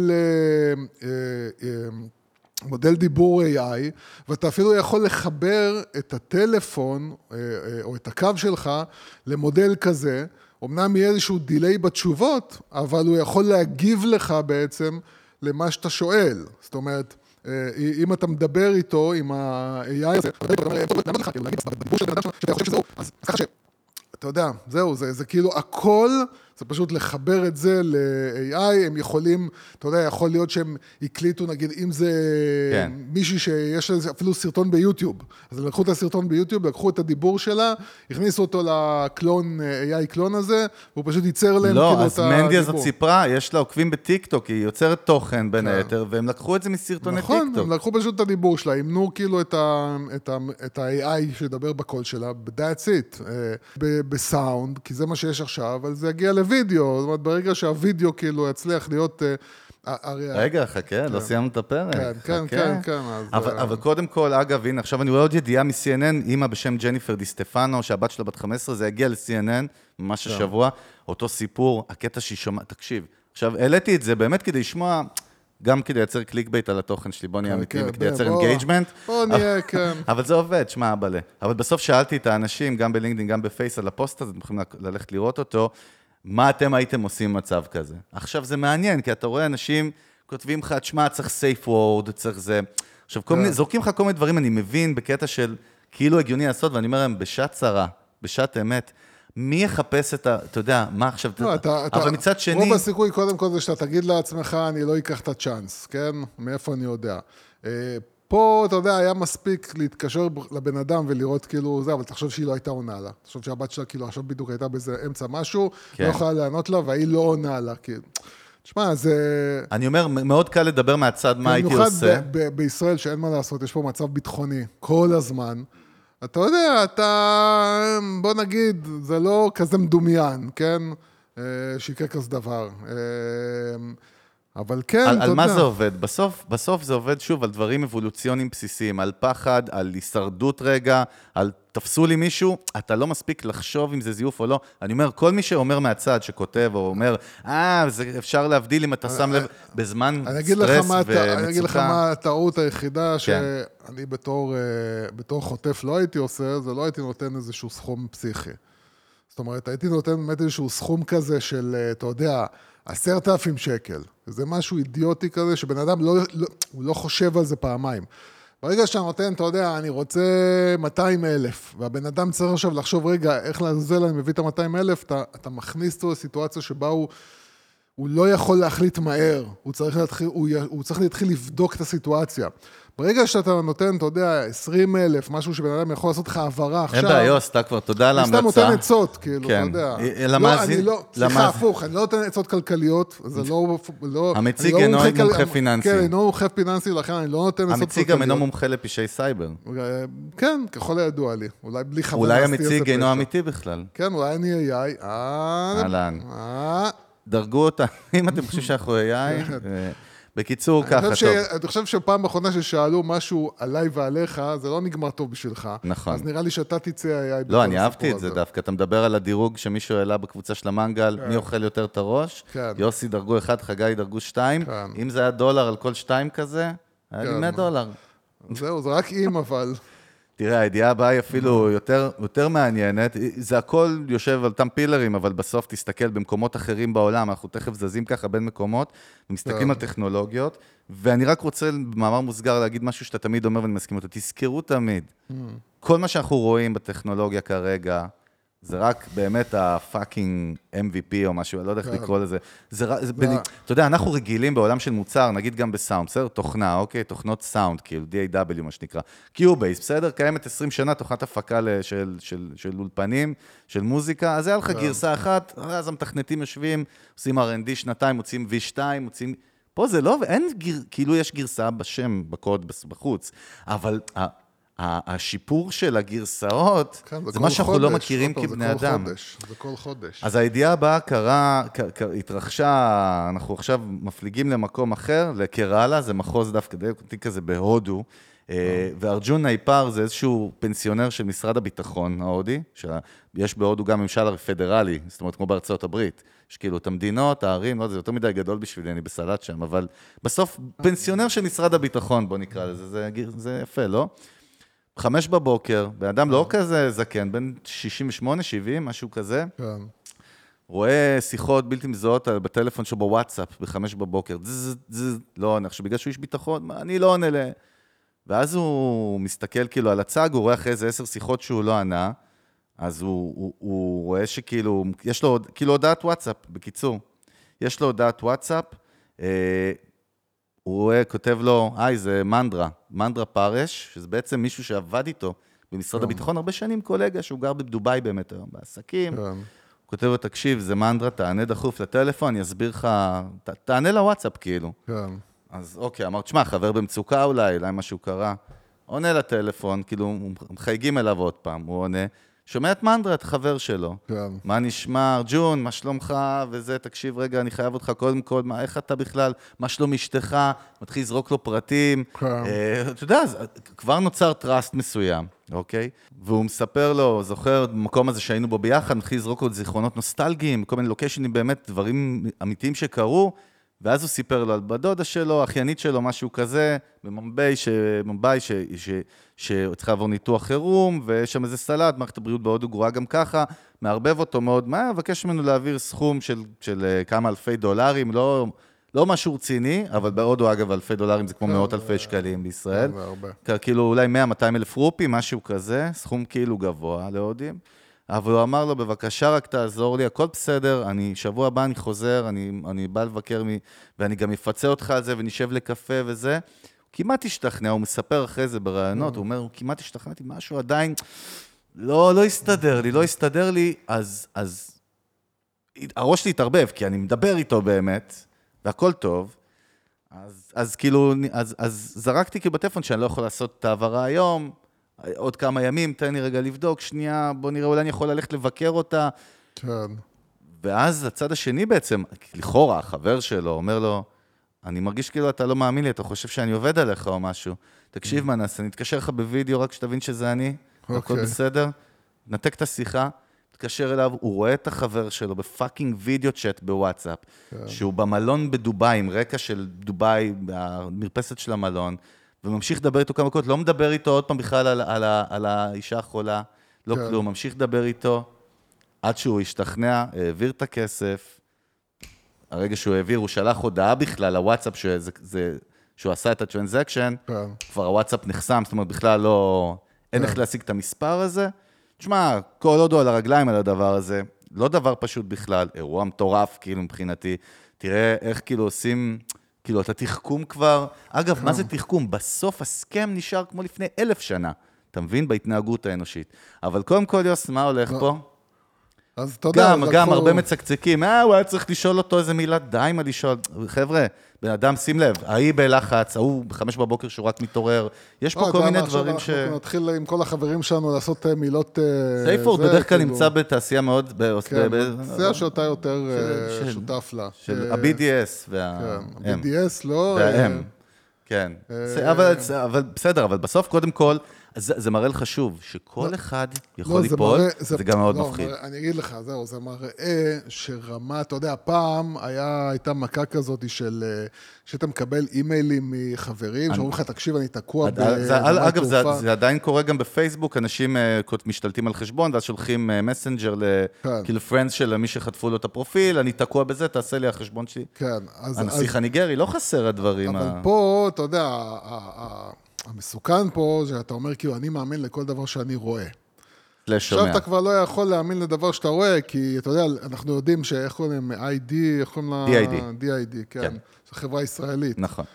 מודל דיבור AI, ואתה אפילו יכול לחבר את הטלפון או את הקו שלך למודל כזה, אמנם יהיה איזשהו דיליי בתשובות, אבל הוא יכול להגיב לך בעצם למה שאתה שואל. זאת אומרת, אם אתה מדבר איתו, עם ה-AI הזה, אז ככה אתה יודע, זהו, זה כאילו הכל, זה פשוט לחבר את זה ל-AI, הם יכולים, אתה יודע, יכול להיות שהם הקליטו, נגיד, אם זה כן. מישהי שיש לזה אפילו סרטון ביוטיוב, אז הם לקחו את הסרטון ביוטיוב, לקחו את הדיבור שלה, הכניסו אותו לקלון, AI קלון הזה, והוא פשוט ייצר להם כאילו את הדיבור. לא, אז מנדי הזאת סיפרה, יש לה עוקבים בטיקטוק, היא יוצרת תוכן בין היתר, והם לקחו את זה מסרטוני טיקטוק. נכון, הם לקחו פשוט את הדיבור שלה, אימנו כאילו את ה-AI שידבר בקול שלה, that's it, בסאונד, כי זה מה שיש עכשיו, אבל זה יגיע לוידאו, זאת אומרת, ברגע שהוידאו כאילו יצליח להיות... רגע, חכה, לא סיימנו את הפרק. כן. אבל קודם כל, אגב, הנה, עכשיו אני רואה עוד ידיעה מ-CNN, אמא בשם ג'ניפר דיסטפנו, שהבת שלה בת 15, זה הגיע ל-CNN, ממש השבוע, אותו סיפור, הקטע שהיא שומע, תקשיב, עכשיו, העליתי את זה באמת כדי לשמוע, גם כדי לייצר קליק בייט על התוכן שלי, בוא נהיה אמיתי, וכדי לייצר אינגייג'מנט. בוא נהיה, כן. אבל זה עובד, שמע, אבאלה. אבל בסוף שאלתי את האנשים, גם בלינקדאין, גם בפייס, על הפוסט הזה, אתם יכולים ללכת לראות אותו, מה אתם הייתם עושים במצב כזה? עכשיו זה מעניין, כי אתה רואה אנשים כותבים לך, תשמע, צריך safe word, צריך זה. עכשיו, זורקים לך כל מיני דברים, אני מבין, בקטע של כאילו הגיוני לעשות, ואני אומר להם, בשעת צרה, בשעת אמת, מי יחפש את ה... אתה יודע, מה עכשיו... אבל מצד שני... רוב הסיכוי קודם כל זה שאתה תגיד לעצמך, אני לא אקח את הצ'אנס, כן? מאיפה אני יודע. פה, אתה יודע, היה מספיק להתקשר לבן אדם ולראות כאילו זה, אבל תחשוב שהיא לא הייתה עונה לה. תחשוב שהבת שלה כאילו עכשיו בדיוק הייתה באיזה אמצע משהו, לא יכולה לענות לה, והיא לא עונה לה, כאילו. תשמע, זה... אני אומר, מאוד קל לדבר מהצד מה הייתי עושה. במיוחד בישראל שאין מה לעשות, יש פה מצב ביטחוני כל הזמן. אתה יודע, בוא נגיד, זה לא כזה מדומיין, כן? שיקרה כזה דבר. אבל כן, אתה יודע. על מה זה עובד? בסוף זה עובד שוב על דברים אבולוציוניים בסיסיים, על פחד, על הישרדות רגע, על תפסו לי מישהו, אתה לא מספיק לחשוב אם זה זיוף או לא. אני אומר, כל מי שאומר מהצד, שכותב או אומר, אפשר להבדיל אם אתה שם לב בזמן סטרס ומצוקה. אני אגיד לך מה הטעות היחידה שאני בתור חוטף לא הייתי עושה, זה לא הייתי נותן איזשהו סכום פסיכי. זאת אומרת, הייתי נותן באמת איזשהו סכום כזה של, אתה יודע, 10,000 שקל. זה משהו אידיוטי כזה, שבן אדם הוא לא חושב על זה פעמיים. ברגע שאתה נותן, אתה יודע, אני רוצה 200,000, והבן אדם צריך עכשיו לחשוב, רגע, איך לעזל אני מביא את ה-200,000, אתה מכניס אותו לסיטואציה שבה הוא לא יכול להחליט מהר, הוא צריך להתחיל לבדוק את הסיטואציה. ברגע שאתה נותן, אתה יודע, 20,000, משהו שבן אדם יכול לעשות לך העברה עכשיו... אין בעיה, יוסי, כבר תודה על ההמלצה. אני סתם נותן עצות, כאילו, אתה יודע. סליחה, הפוך, אני לא נותן עצות כלכליות, זה לא... המציג אינו מומחה פיננסי. כן, אינו מומחה פיננסי, לכן אני לא נותן עצות כלכליות. המציג גם אינו מומחה לפשעי סייבר. כן, ככל הידוע לי. אולי בלי חבר... אולי המציג אינו אמיתי בכלל. כן, אולי אני AI. אהלן. דרגו אותה, אם אתם חושבים שאנחנו AI... בקיצור, ככה טוב. אני חושב שפעם האחרונה ששאלו משהו עליי ועליך, זה לא נגמר טוב בשבילך. נכון. אז נראה לי שאתה תצא... לא, אני אהבתי את זה דווקא. אתה מדבר על הדירוג שמישהו העלה בקבוצה של המנגל, מי אוכל יותר את הראש? יוסי דרגו 1, חגי דרגו 2. אם זה היה $1 על כל 2 כזה, היה לי $100. זהו, זה רק אם, אבל... תראה, הידיעה הבאה היא אפילו יותר מעניינת. זה הכל יושב על אותם פילרים, אבל בסוף תסתכל במקומות אחרים בעולם. אנחנו תכף זזים ככה בין מקומות, ומסתכלים על טכנולוגיות, ואני רק רוצה במאמר מוסגר להגיד משהו שאתה תמיד אומר ואני מסכים אותו. תזכרו תמיד, כל מה שאנחנו רואים בטכנולוגיה כרגע, זה רק באמת הפאקינג MVP או משהו, אני לא יודע איך לקרוא לזה. אתה יודע, אנחנו רגילים בעולם של מוצר, נגיד גם בסאונד, בסדר? תוכנה, אוקיי? תוכנות סאונד, כאילו DAW, מה שנקרא. Cubase, בסדר? קיימת 20 שנה, תוכנת הפקה של אולפנים, של מוזיקה, אז היה לך גרסה אחת, אז המתכנתים יושבים, עושים R&D שנתיים, מוצאים V2, מוצאים... פה זה לא, אין, כאילו יש גרסה בשם, בקוד, בחוץ, אבל... השיפור של הגרסאות, זה מה שאנחנו לא מכירים כבני אדם. זה כל חודש. אז הידיעה הבאה התרחשה, אנחנו עכשיו מפליגים למקום אחר, לקראלה, זה מחוז דווקא די כזה בהודו, וארג'ון נייפר זה איזשהו פנסיונר של משרד הביטחון ההודי, שיש בהודו גם ממשל פדרלי, זאת אומרת כמו בארצות הברית, יש כאילו את המדינות, הערים, לא, זה יותר מדי גדול בשבילי, אני בסלט שם, אבל בסוף פנסיונר של משרד הביטחון, בוא נקרא לזה, זה יפה, לא? 5 בבוקר, באדם לא כזה זקן, בין 68, 70, משהו כזה, רואה שיחות בלתי מזוהות בטלפון שלו בוואטסאפ, ב5 בבוקר, לא עונה, עכשיו בגלל שהוא איש ביטחון, אני לא עונה ואז הוא מסתכל כאילו על הצג, הוא רואה אחרי איזה 10 שיחות שהוא לא ענה, אז הוא רואה שכאילו, יש לו כאילו הודעת וואטסאפ, בקיצור, יש לו הודעת וואטסאפ, הוא רואה, כותב לו, זה מנדרה פרש, שזה בעצם מישהו שעבד איתו במשרד הביטחון הרבה שנים, קולגה שהוא גר בדובאי באמת היום, בעסקים. הוא כותב לו, תקשיב, זה מנדרה, תענה דחוף לטלפון, אני אסביר לך, תענה לוואטסאפ כאילו. אז אוקיי, אמרת, שמע, חבר במצוקה אולי משהו קרה. עונה לטלפון, כאילו, מחייגים אליו עוד פעם, הוא עונה, שומע את מנדרה, את החבר שלו. מה נשמע, ארג'ון, מה שלומך, וזה, תקשיב, רגע, אני חייב אותך קודם כל, איך אתה בכלל, מה שלום אשתך, מתחיל לזרוק לו פרטים. אתה יודע, כבר נוצר טראסט מסוים, אוקיי? והוא מספר לו, זוכר, במקום הזה שהיינו בו ביחד, מתחיל לזרוק לו זיכרונות נוסטלגיים, כל מיני לוקיישנים, באמת דברים אמיתיים שקרו, ואז הוא סיפר לו על בדודה שלו, אחיינית שלו, משהו כזה, במומביי, שצריך לעבור ניתוח חירום, ויש שם איזה סלט, מערכת הבריאות בהודו גרועה גם ככה, מערבב אותו מאוד, מבקש ממנו להעביר סכום של כמה אלפי דולרים, לא משהו רציני, אבל בהודו, אגב, אלפי דולרים זה כמו מאות אלפי שקלים בישראל. כאילו אולי 100-200 אלף רופי, משהו כזה, סכום כאילו גבוה להודים. אבל הוא אמר לו, בבקשה רק תעזור לי, הכל בסדר, שבוע הבא אני חוזר, אני בא לבקר ואני גם אפצה אותך על זה, ונשב לקפה וזה. הוא כמעט השתכנע, הוא מספר אחרי זה ברעיונות, הוא אומר, הוא כמעט השתכנעתי, משהו עדיין לא הסתדר לי, אז הראש שלי התערבב, כי אני מדבר איתו באמת, והכל טוב, אז זרקתי כאילו בטלפון שאני לא יכול לעשות את העברה היום, עוד כמה ימים, תן לי רגע לבדוק, שנייה, בוא נראה, אולי אני יכול ללכת לבקר אותה. כן. ואז הצד השני בעצם, לכאורה, החבר שלו, אומר לו, אני מרגיש כאילו אתה לא מאמין לי, אתה חושב שאני עובד עליך או משהו. תקשיב מה נעשה, אני אתקשר לך בווידאו רק שתבין שזה אני, הכל בסדר, נתק את השיחה, תתקשר אליו, הוא רואה את החבר שלו בפאקינג וידאו צ'אט בוואטסאפ, שהוא במלון בדובאי, עם רקע של דובאי, במרפסת של המלון, וממשיך לדבר איתו כמה דקות, לא מדבר איתו עוד פעם בכלל על האישה החולה, לא כלום, ממשיך לדבר איתו, עד שהוא השתכנע, העביר את הכסף, הרגע שהוא העביר, הוא שלח הודעה בכלל לוואטסאפ, שהוא עשה את הטרנזקשן, כבר הוואטסאפ נחסם, זאת אומרת, בכלל לא, אין איך להשיג את המספר הזה, תשמע, כל עוד הוא על הרגליים על הדבר הזה, לא דבר פשוט בכלל, אירוע מטורף כאילו מבחינתי, תראה איך כאילו עושים... כאילו, אתה תחכום כבר... אגב, מה זה תחכום? בסוף הסכם נשאר כמו לפני 1000 שנה. אתה מבין? בהתנהגות האנושית. אבל קודם כל, יוס, מה הולך פה? אז אתה יודע... גם הרבה מצקצקים. הוא היה צריך לשאול אותו איזה מילה, די מה לשאול. חבר'ה, בן אדם, שים לב, ההיא בלחץ, ההוא ב5 בבוקר שהוא רק מתעורר. יש פה כל מיני דברים ש... אנחנו נתחיל עם כל החברים שלנו לעשות מילות... סייפורט בדרך כלל נמצא בתעשייה מאוד... תעשייה שאתה יותר שותף לה. של ה-BDS וה-M. ה-BDS, לא... וה-M, כן. אבל בסדר, אבל בסוף קודם כל, זה מראה לך שוב, שכל אחד יכול לא, ליפול, מראה- זה גם מאוד לא, מפחיד. אני אגיד לך, זהו, זה מראה שרמה, אתה יודע, פעם הייתה מכה כזאת שאתה מקבל אימיילים מחברים, שאומרים לך, תקשיב, אני תקוע אגב, זה עדיין קורה גם בפייסבוק, אנשים משתלטים על חשבון, ואז שולחים מסנג'ר, כאילו פרנדס של מי שחטפו לו את הפרופיל, אני תקוע בזה, תעשה לי החשבון שלי. כן, הנסיך הניגרי, לא חסר הדברים. אבל פה, אתה יודע, המסוכן פה, שאתה אומר, כאילו, אני מאמין לכל דבר שאני רואה. עכשיו אתה כבר לא יכול להאמין לדבר שאתה רואה, כי אתה יודע, אנחנו יודעים שאיך קוראים ID, איך קוראים לה... DID, כן. זו חברה ישראלית. נכון.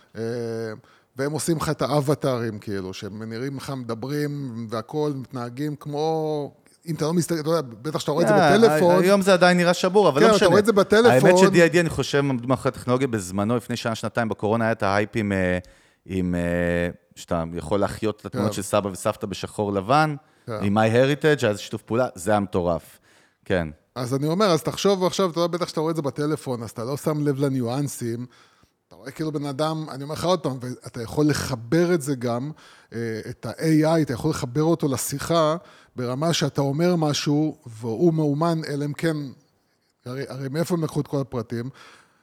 והם עושים לך את האבטרים, כאילו, שהם נראים לך, מדברים והכל, מתנהגים כמו... אם אתה לא מסתכל, אתה יודע, בטח שאתה רואה את זה בטלפון. היום זה עדיין נראה שבור, אבל לא משנה. כן, אתה רואה את זה בטלפון. האמת ש-DID, אני חושב, מאחורי הטכנולוגיה בזמנו, לפני שנה-שנתיים בקורונה, היה את ההייפים עם... שאתה יכול להחיות את התמונות של סבא וסבתא בשחור לבן, עם MyHeritage, אז שיתוף פעולה, זה היה מטורף. כן. אז אני אומר, אז תחשוב עכשיו, אתה יודע, בטח שאתה רואה את זה בטלפון, אז אתה לא שם לב לניואנסים, אתה רואה כאילו בן אדם, אני אומר לך עוד פעם, ואתה יכול לחבר את זה גם, את ה-AI, אתה יכול לחבר אותו לשיחה, ברמה שאתה אומר משהו, והוא מאומן, אלא אם כן, הרי מאיפה הם לקחו את כל הפרטים,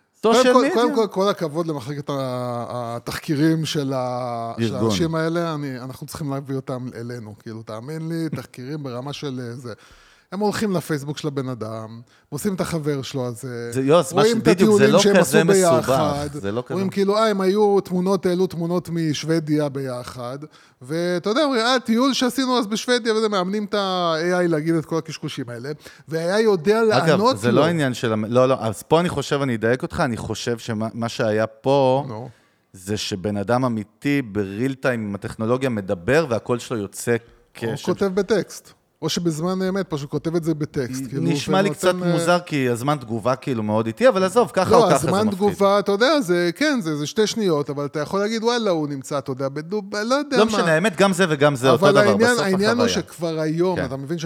קודם כל, כל הכבוד למחלקת התחקירים של האנשים האלה, אנחנו צריכים להביא אותם אלינו, כאילו, תאמין לי, תחקירים ברמה של זה. הם הולכים לפייסבוק של הבן אדם, עושים את החבר שלו הזה, רואים את הטיולים שהם עשו ביחד, רואים כאילו, הם היו העלו תמונות משוודיה ביחד, ואתה יודע, טיול שעשינו אז בשוודיה, וזה מאמנים את ה-AI להגיד את כל הקשקושים האלה, והיה יודע לענות לו. אגב, זה לא עניין של... לא, אז פה אני חושב, אני אדייק אותך, אני חושב שמה שהיה פה, זה שבן אדם אמיתי בריל טיים עם הטכנולוגיה מדבר, והקול שלו יוצא קשב. הוא כותב בטקסט. או שבזמן האמת פשוט כותב את זה בטקסט. נשמע לי קצת מוזר, כי הזמן תגובה כאילו מאוד איטי, אבל עזוב, ככה או ככה זה מפחיד. לא, הזמן תגובה, אתה יודע, זה כן, זה 2 שניות, אבל אתה יכול להגיד, וואלה, הוא נמצא, אתה יודע, בדובה, לא יודע מה. לא משנה, האמת, גם זה וגם זה אותו דבר, בסוף החוויה. אבל העניין הוא שכבר היום, אתה מבין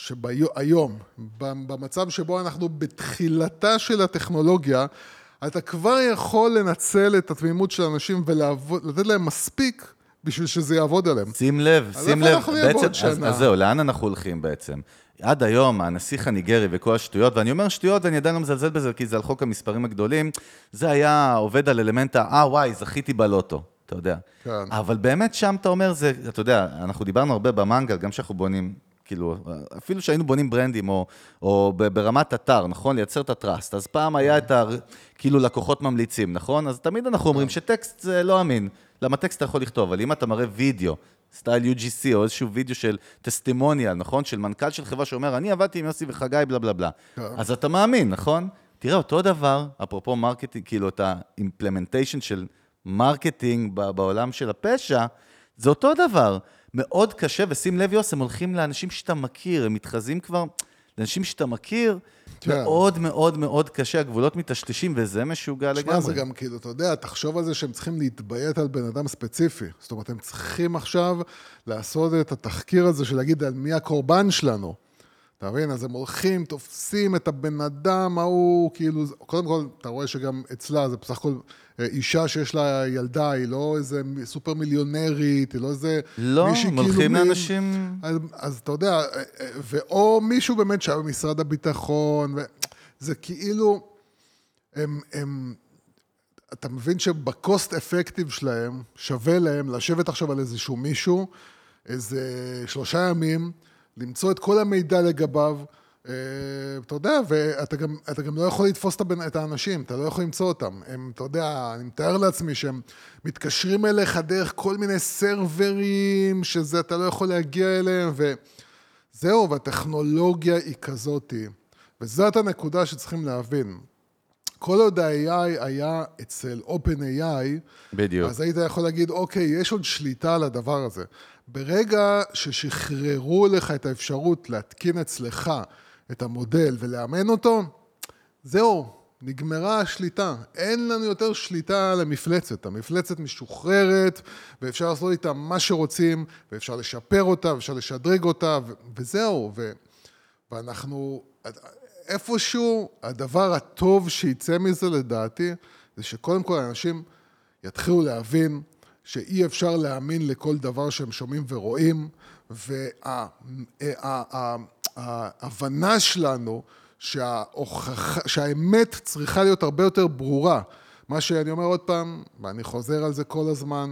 שהיום, במצב שבו אנחנו בתחילתה של הטכנולוגיה, אתה כבר יכול לנצל את התמימות של האנשים ולתת להם מספיק בשביל שזה יעבוד עליהם. שים לב, בעצם, אז זהו, לאן אנחנו הולכים בעצם? עד היום, הנסיך הניגרי וכל השטויות, ואני אומר שטויות, ואני עדיין לא מזלזל בזה, כי זה על חוק המספרים הגדולים, זה היה עובד על אלמנט וואי, זכיתי בלוטו, אתה יודע. כן. אבל באמת שם אתה אומר, זה, אתה יודע, אנחנו דיברנו הרבה במנגל, גם שאנחנו בונים, כאילו, אפילו שהיינו בונים ברנדים, או ברמת אתר, נכון? לייצר את הטראסט. אז פעם היה את כאילו לקוחות ממליצים, נכון? אז תמיד אנחנו אומרים שטקסט זה לא אמין. למה טקסט אתה יכול לכתוב? אבל אם אתה מראה וידאו, סטייל UGC, או איזשהו וידאו של טסטימוניאל, נכון? של מנכ"ל של חברה שאומר, אני עבדתי עם יוסי וחגי, בלה בלה בלה. אז אתה מאמין, נכון? תראה, אותו דבר, אפרופו מרקטינג, כאילו, את האימפלמנטיישן של מרקטינג בעולם של הפשע, זה אותו דבר. מאוד קשה, ושים לב יוס, הם הולכים לאנשים שאתה מכיר, הם מתחזים כבר לאנשים שאתה מכיר, מאוד מאוד מאוד קשה, הגבולות מתשתשים, וזה משוגע לגמרי. שמה, זה גם כאילו, אתה יודע, תחשוב על זה שהם צריכים להתביית על בן אדם ספציפי. זאת אומרת, הם צריכים עכשיו לעשות את התחקיר הזה של להגיד על מי הקורבן שלנו. אתה מבין? אז הם הולכים, תופסים את הבן אדם, ההוא, כאילו, קודם כל, אתה רואה שגם אצלה, זה בסך הכל אישה שיש לה ילדה, היא לא איזה סופר מיליונרית, היא לא איזה... לא, הם הולכים לאנשים... אז אתה יודע, או מישהו באמת שהיה במשרד הביטחון, זה כאילו, אתה מבין שבקוסט אפקטיב שלהם, שווה להם לשבת עכשיו על איזשהו מישהו, איזה 3 ימים, למצוא את כל המידע לגביו, אתה יודע, ואתה גם לא יכול לתפוס את האנשים, אתה לא יכול למצוא אותם. הם, אתה יודע, אני מתאר לעצמי שהם מתקשרים אליך דרך כל מיני סרברים, שזה אתה לא יכול להגיע אליהם, וזהו, והטכנולוגיה היא כזאת. וזאת הנקודה שצריכים להבין. כל עוד ה-AI היה אצל OpenAI, בדיוק. אז היית יכול להגיד, אוקיי, יש עוד שליטה על הדבר הזה. ברגע ששחררו לך את האפשרות להתקין אצלך את המודל ולאמן אותו, זהו, נגמרה השליטה. אין לנו יותר שליטה על המפלצת. המפלצת משוחררת, ואפשר לעשות איתה מה שרוצים, ואפשר לשפר אותה, ואפשר לשדרג אותה, וזהו. ואנחנו, איפשהו, הדבר הטוב שיצא מזה לדעתי, זה שקודם כל האנשים יתחילו להבין שאי אפשר להאמין לכל דבר שהם שומעים ורואים, וההבנה שלנו שהאמת צריכה להיות הרבה יותר ברורה. מה שאני אומר עוד פעם, ואני חוזר על זה כל הזמן,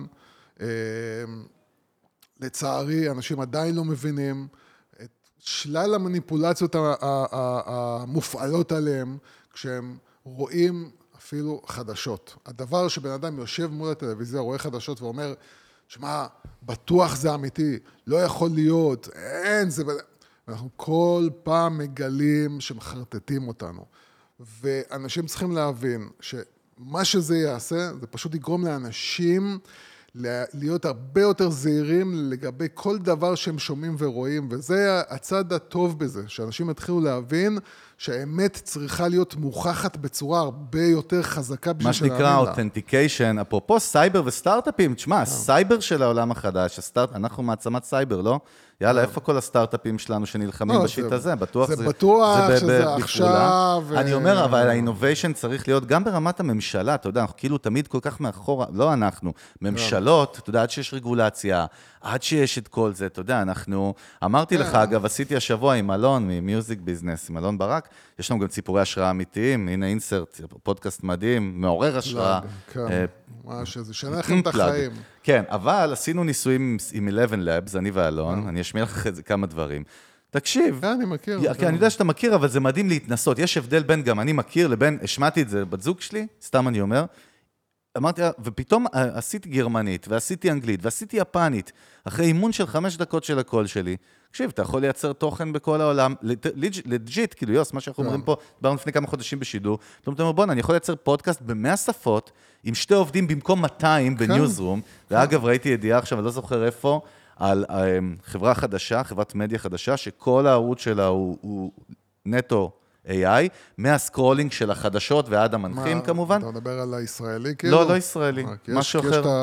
לצערי, אנשים עדיין לא מבינים את שלל המניפולציות המופעלות עליהם, כשהם רואים אפילו חדשות. הדבר שבן אדם יושב מול הטלוויזיה, רואה חדשות ואומר, שמה, בטוח זה אמיתי, לא יכול להיות, אין, זה... אנחנו כל פעם מגלים שמחרטטים אותנו. ואנשים צריכים להבין שמה שזה יעשה, זה פשוט יגרום לאנשים להיות הרבה יותר זהירים לגבי כל דבר שהם שומעים ורואים, וזה הצד הטוב בזה, שאנשים התחילו להבין שהאמת צריכה להיות מוכחת בצורה הרבה יותר חזקה בשביל מה שנקרא אותנטיקיישן, אפרופו סייבר וסטארט-אפים, תשמע, הסייבר של העולם החדש, אנחנו מעצמת סייבר, לא? יאללה, איפה כל הסטארט-אפים שלנו שנלחמים בשיט הזה? בטוח זה בטוח שזה עכשיו... אני אומר, אבל האינוביישן צריך להיות גם ברמת הממשלה, אתה יודע, אנחנו כאילו תמיד כל כך מאחורה, לא אנחנו, ממשלות, אתה יודע, עד שיש רגולציה, עד שיש את כל זה, אתה יודע, אנחנו... אמרתי לך, אגב, עשיתי השבוע עם אלון, ממיוזיק ביזנס, עם אלון ברק, יש לנו גם ציפורי השראה אמיתיים, הנה אינסרט, פודקאסט מדהים, מעורר השראה. כן, משהו, זה שנה לכם את החיים. כן, אבל עשינו ניסויים עם 11 Labs, אני ואלון, אני אשמיע לך כמה דברים. תקשיב. אני מכיר. כי אני יודע שאתה מכיר, אבל זה מדהים להתנסות. יש הבדל בין גם אני מכיר לבין, השמעתי את זה בת זוג שלי, סתם אני אומר, אמרתי, ופתאום עשיתי גרמנית, ועשיתי אנגלית, ועשיתי יפנית, אחרי אימון של 5 דקות של הקול שלי. תקשיב, אתה יכול לייצר תוכן בכל העולם, לג'יט, כאילו יוס, מה שאנחנו אומרים פה, דיברנו לפני כמה חודשים בשידור, אתה אומר, בוא, אני יכול לייצר פודקאסט ב100 שפות, עם 2 עובדים במקום 200 בניוזרום, ואגב, ראיתי ידיעה עכשיו, אני לא זוכר איפה, על חברה חדשה, חברת מדיה חדשה, שכל הערוץ שלה הוא נטו AI, מהסקרולינג של החדשות ועד המנחים כמובן. אתה מדבר על הישראלי כאילו? לא ישראלי, משהו אחר. יש את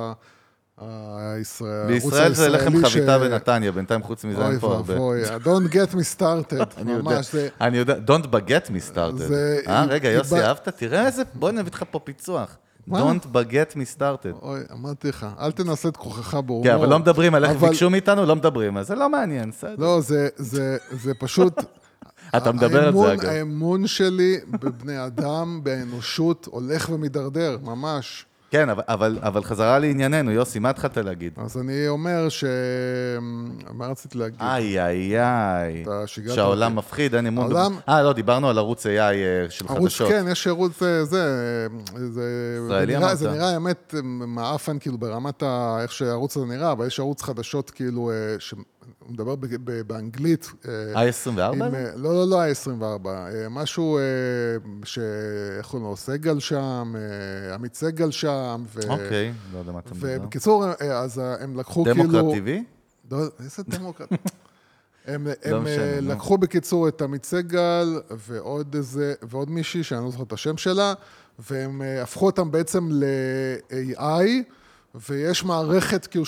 בישראל זה לחם חביתה בנתניה, בינתיים חוץ מזה אין פה הרבה. אוי ואבוי, don't get me started, ממש. אני יודע, don't baget me started. רגע, יוסי, אהבת? תראה איזה, בוא נביא לך פה פיצוח. don't baget me started. אוי, אמרתי לך, אל תנסה את כוחך בהומור. כן, אבל לא מדברים על איך ביקשו מאיתנו, לא מדברים, אז זה לא מעניין, בסדר. לא, זה פשוט... אתה מדבר על זה, אגב. האמון שלי בבני אדם, באנושות, הולך ומדרדר, ממש. כן, אבל חזרה לענייננו, יוסי, מה התחלת להגיד? אז אני אומר מה רציתי להגיד? איי. שהעולם מפחיד, אין אמון. לא, דיברנו על ערוץ AI של חדשות. כן, יש ערוץ זה נראה האמת מאפן כאילו ברמת איך שהערוץ הזה נראה, אבל יש ערוץ חדשות כאילו הוא מדבר באנגלית. i24? לא i24. משהו איך קוראים לו, סגל שם, עמית סגל שם. אוקיי, לא יודע מה אתה מדבר. ובקיצור, אז הם לקחו כאילו... דמוקרט טבעי? איזה דמוקרט? הם לקחו בקיצור את עמית סגל ועוד מישהי, שאני לא זוכר את השם שלה, והם הפכו אותם בעצם ל-AI, ויש מערכת כאילו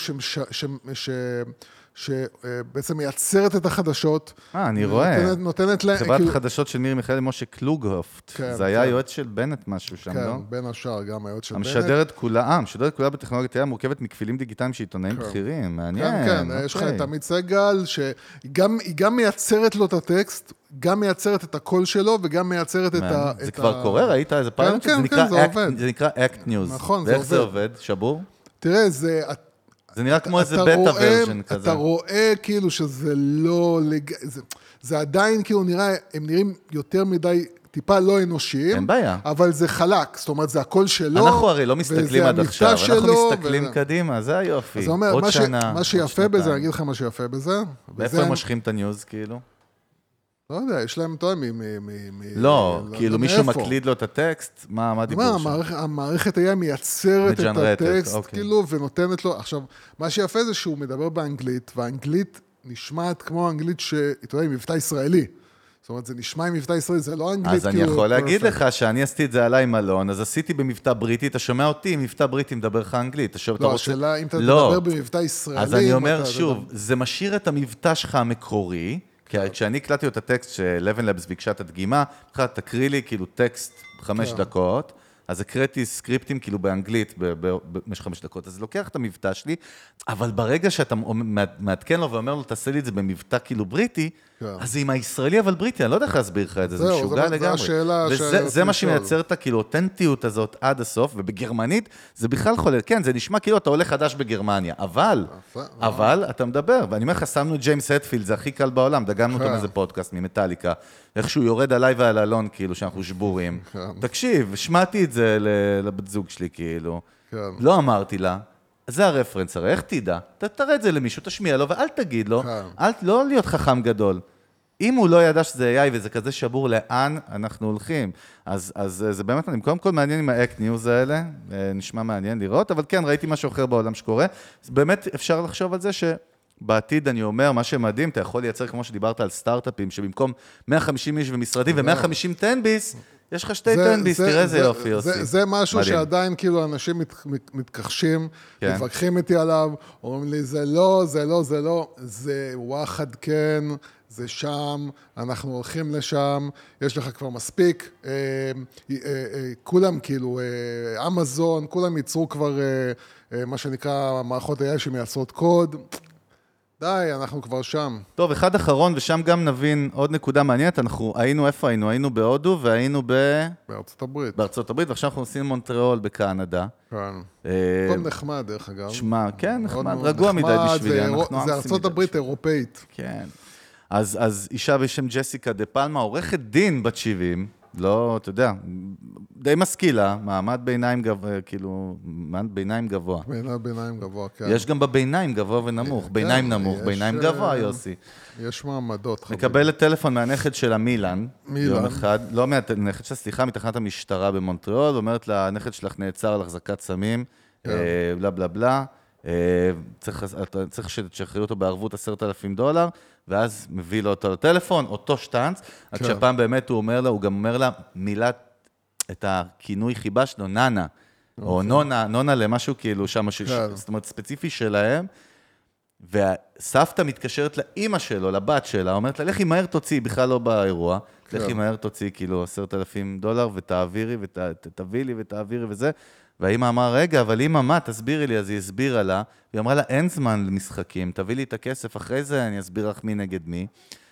שבעצם מייצרת את החדשות. אני רואה. נותנת לה... חברת החדשות של מירי מיכאלי משה קלוגהופט. זה היה יועץ של בנט משהו שם, לא? כן, בין השאר גם היועץ של בנט. המשדרת כולה בטכנולוגיה תהיה מורכבת מכפילים דיגיטליים שעיתונאים בכירים. מעניין. כן, יש לך את עמית סגל, שהיא גם מייצרת לו את הטקסט, גם מייצרת את הקול שלו, וגם מייצרת את ה... זה כבר קורה? ראית איזה פיילוט? כן, זה עובד. זה נקרא Act News. נכון, ואיך זה עובד? שבור? תראה, זה נראה כמו איזה בטה ורז'ן כזה. אתה רואה כאילו שזה לא... זה עדיין כאילו נראה, הם נראים יותר מדי, טיפה לא אנושיים. אין בעיה. אבל זה חלק, זאת אומרת, זה הכל שלו. אנחנו הרי לא מסתכלים עד עכשיו, אנחנו מסתכלים קדימה, זה היופי. זאת אומרת, מה שיפה בזה, אני אגיד לך מה שיפה בזה. ואיפה הם מושכים את הניוז כאילו? לא יודע, יש להם תואם לא, כאילו מישהו מקליד לו את הטקסט, מה דיבור שם? המערכת היה מייצרת את הטקסט, כאילו, ונותנת לו, עכשיו, מה שיפה זה שהוא מדבר באנגלית, והאנגלית נשמעת כמו אנגלית שאתה יודע, מבטא ישראלי. זאת אומרת, זה נשמע עם מבטא ישראלי, זה לא אנגלית כאילו... אז אני יכול להגיד לך שאני עשיתי את זה עליי עם אלון, אז עשיתי במבטא בריטי, אתה שומע אותי, מבטא בריטי מדבר לך אנגלית. לא, השאלה, אם אתה מדבר במבטא ישראלי... אז אני אומר שוב, זה משאיר את המבטא שלך המקורי, כי כשאני הקלטתי את הטקסט ש11 Labs ביקשה את הדגימה, תקריא לי כאילו טקסט 5 דקות, אז הקראתי סקריפטים כאילו באנגלית במשך 5 דקות, אז לוקח את המבטא שלי, אבל ברגע שאתה מעדכן לו ואומר לו, תעשה לי את זה במבטא כאילו בריטי, אז עם הישראלי אבל בריטי, אני לא יודע איך להסביר לך את זה, זה משוגע לגמרי. זה מה שמייצר את כאילו אותנטיות הזאת עד הסוף, ובגרמנית זה בכלל חולה, כן, זה נשמע כאילו אתה עולה חדש בגרמניה, אבל אתה מדבר, ואני אומר לך, שמנו ג'יימס הטפילד, זה הכי קל בעולם, דגמנו אותו מאיזה פודקאסט ממטליקה, איכשהו יורד עליי ועל אלון, כאילו, שאנחנו שבורים. תקשיב, שמעתי את זה לבת זוג שלי, כאילו. לא אמרתי לה, זה הרפרנס, הרי איך תדע? תראה את זה למישהו, תשמיע לו, ואל תגיד לו, לא להיות חכם גדול. אם הוא לא ידע שזה AI וזה כזה שבור, לאן אנחנו הולכים? אז זה באמת, אני קודם כל מעניין עם האקט ניוז האלה, נשמע מעניין לראות, אבל כן, ראיתי משהו אחר בעולם שקורה. אז באמת אפשר לחשוב על זה בעתיד אני אומר, מה שמדהים, אתה יכול לייצר כמו שדיברת על סטארט-אפים, שבמקום 150 איש ומשרדים ו-150 טנביס, יש לך 2 טנביס, תראה איזה יופי יוסי. זה משהו שעדיין כאילו אנשים מתכחשים, מתווכחים איתי עליו, אומרים לי, זה לא, זה וואחד כן, זה שם, אנחנו הולכים לשם, יש לך כבר מספיק, כולם כאילו, אמזון, כולם ייצרו כבר, מה שנקרא, מערכות AI שמייצרות קוד, די, אנחנו כבר שם. טוב, אחד אחרון, ושם גם נבין עוד נקודה מעניינת, איפה היינו? היינו בהודו והיינו בארצות הברית. בארצות הברית, ועכשיו אנחנו עושים מונטריאול בקנדה. כן. מקום נחמד, דרך אגב. שמע, כן, נחמד, רגוע מדי בשבילי. זה ארצות הברית אירופאית. כן. אז אישה בשם ג'סיקה דה פלמה, עורכת דין בת 70, לא, אתה יודע, די משכילה, מעמד ביניים גבוה, כאילו, מעמד ביניים גבוה. ביניים גבוה, כן. יש גם בביניים גבוה ונמוך, ביניים נמוך, ביניים גבוה, יוסי. יש מעמדות, חביב. מקבלת טלפון מהנכד שלה מילן, יום אחד, לא מהנכד שלה, סליחה, מתחנת המשטרה במונטריאול, אומרת לה, הנכד שלך נעצר על החזקת סמים, בלה בלה בלה, צריך שתשחררי אותו בערבות $10,000, ואז מביא לו אותו לטלפון, אותו שטנץ, רק שהפעם באמת הוא גם אומר לה את הכינוי חיבה שלו, ננה, או נונה למשהו כאילו שם, זאת אומרת ספציפי שלהם, והסבתא מתקשרת לאמא שלו, לבת שלה, אומרת לה, לכי מהר תוציא, בכלל לא באירוע, לכי מהר תוציא כאילו $10,000, ותעבירי, ותביא לי ותעבירי וזה, והאמא אמרה, רגע, אבל אמא, מה, תסבירי לי, אז היא הסבירה לה, והיא אמרה לה, אין זמן למשחקים, תביא לי את הכסף, אחרי זה אני אסביר לך מי נגד מי.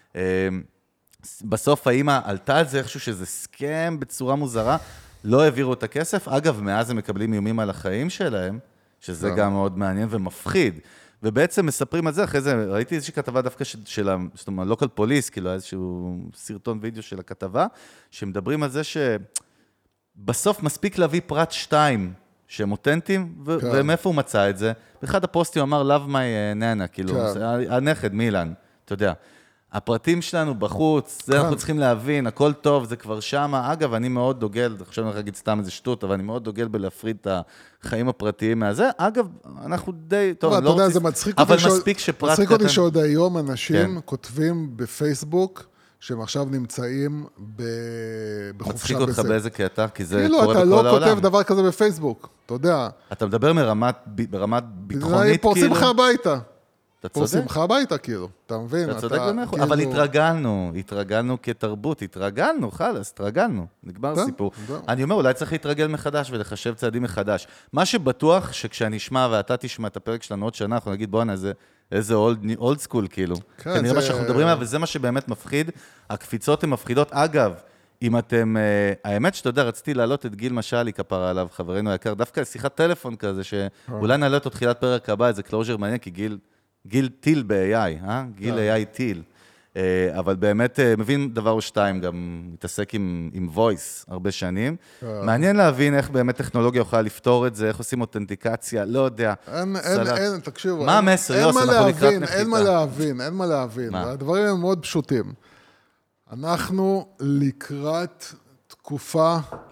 בסוף האמא עלתה על זה איכשהו שזה סכם בצורה מוזרה, לא העבירו את הכסף, אגב, מאז הם מקבלים איומים על החיים שלהם, שזה גם מאוד מעניין ומפחיד, ובעצם מספרים על זה, אחרי זה ראיתי איזושהי כתבה דווקא של הלוקל פוליס, כאילו איזשהו סרטון וידאו של הכתבה, שמדברים על זה בסוף מספיק להביא פרט 2 שהם אותנטיים, ומאיפה הוא מצא את זה? באחד הפוסטים הוא אמר, love my nana, כאילו, הנכד, מילן, אתה יודע. הפרטים שלנו בחוץ, זה אנחנו צריכים להבין, הכל טוב, זה כבר שמה. אגב, אני מאוד דוגל, עכשיו אני אגיד סתם איזה שטות, אבל אני מאוד דוגל בלהפריד את החיים הפרטיים מהזה. אגב, אנחנו די, טוב, אתה יודע, זה מצחיק אותי שעוד היום אנשים כותבים בפייסבוק, שהם עכשיו נמצאים בחופשה. מצחיק אותך באיזה קטע, כי זה קורה בכל העולם. כאילו, אתה לא כותב דבר כזה בפייסבוק, אתה יודע. אתה מדבר ברמת ביטחונית, פורסים לך הביתה. פורסים לך הביתה, כאילו. אתה מבין? אתה צודק במחור. אבל התרגלנו כתרבות, חלס, התרגלנו. נגמר סיפור. אני אומר, אולי צריך להתרגל מחדש ולחשב צעדים מחדש. מה שבטוח שכשאני אשמע ואתה תשמע את הפרק שלנו עוד שנה, אנחנו נגיד, בוא'נה, איזה אולד סקול, כאילו. כנראה מה שאנחנו מדברים עליו, וזה מה שבאמת מפחיד. הקפיצות הן מפחידות. אגב, אם אתם, האמת שאתה יודע, רציתי להעלות את גיל משלי כפרה עליו, חברנו היקר, דווקא שיחת טלפון כזה, שאולי נעלה אותו תחילת פרק הבא, איזה קלוז'ר מעניין, כי גיל טיל ב-AI, גיל AI טיל. אבל באמת מבין דבר או שתיים, גם מתעסק עם voice הרבה שנים. מעניין להבין איך באמת טכנולוגיה יכולה לפתור את זה, איך עושים אותנטיקציה, לא יודע. אין, תקשיבו. מה המסר, יוס, אנחנו לקראת נחיתה. אין מה להבין. הדברים הם מאוד פשוטים. אנחנו לקראת תקופה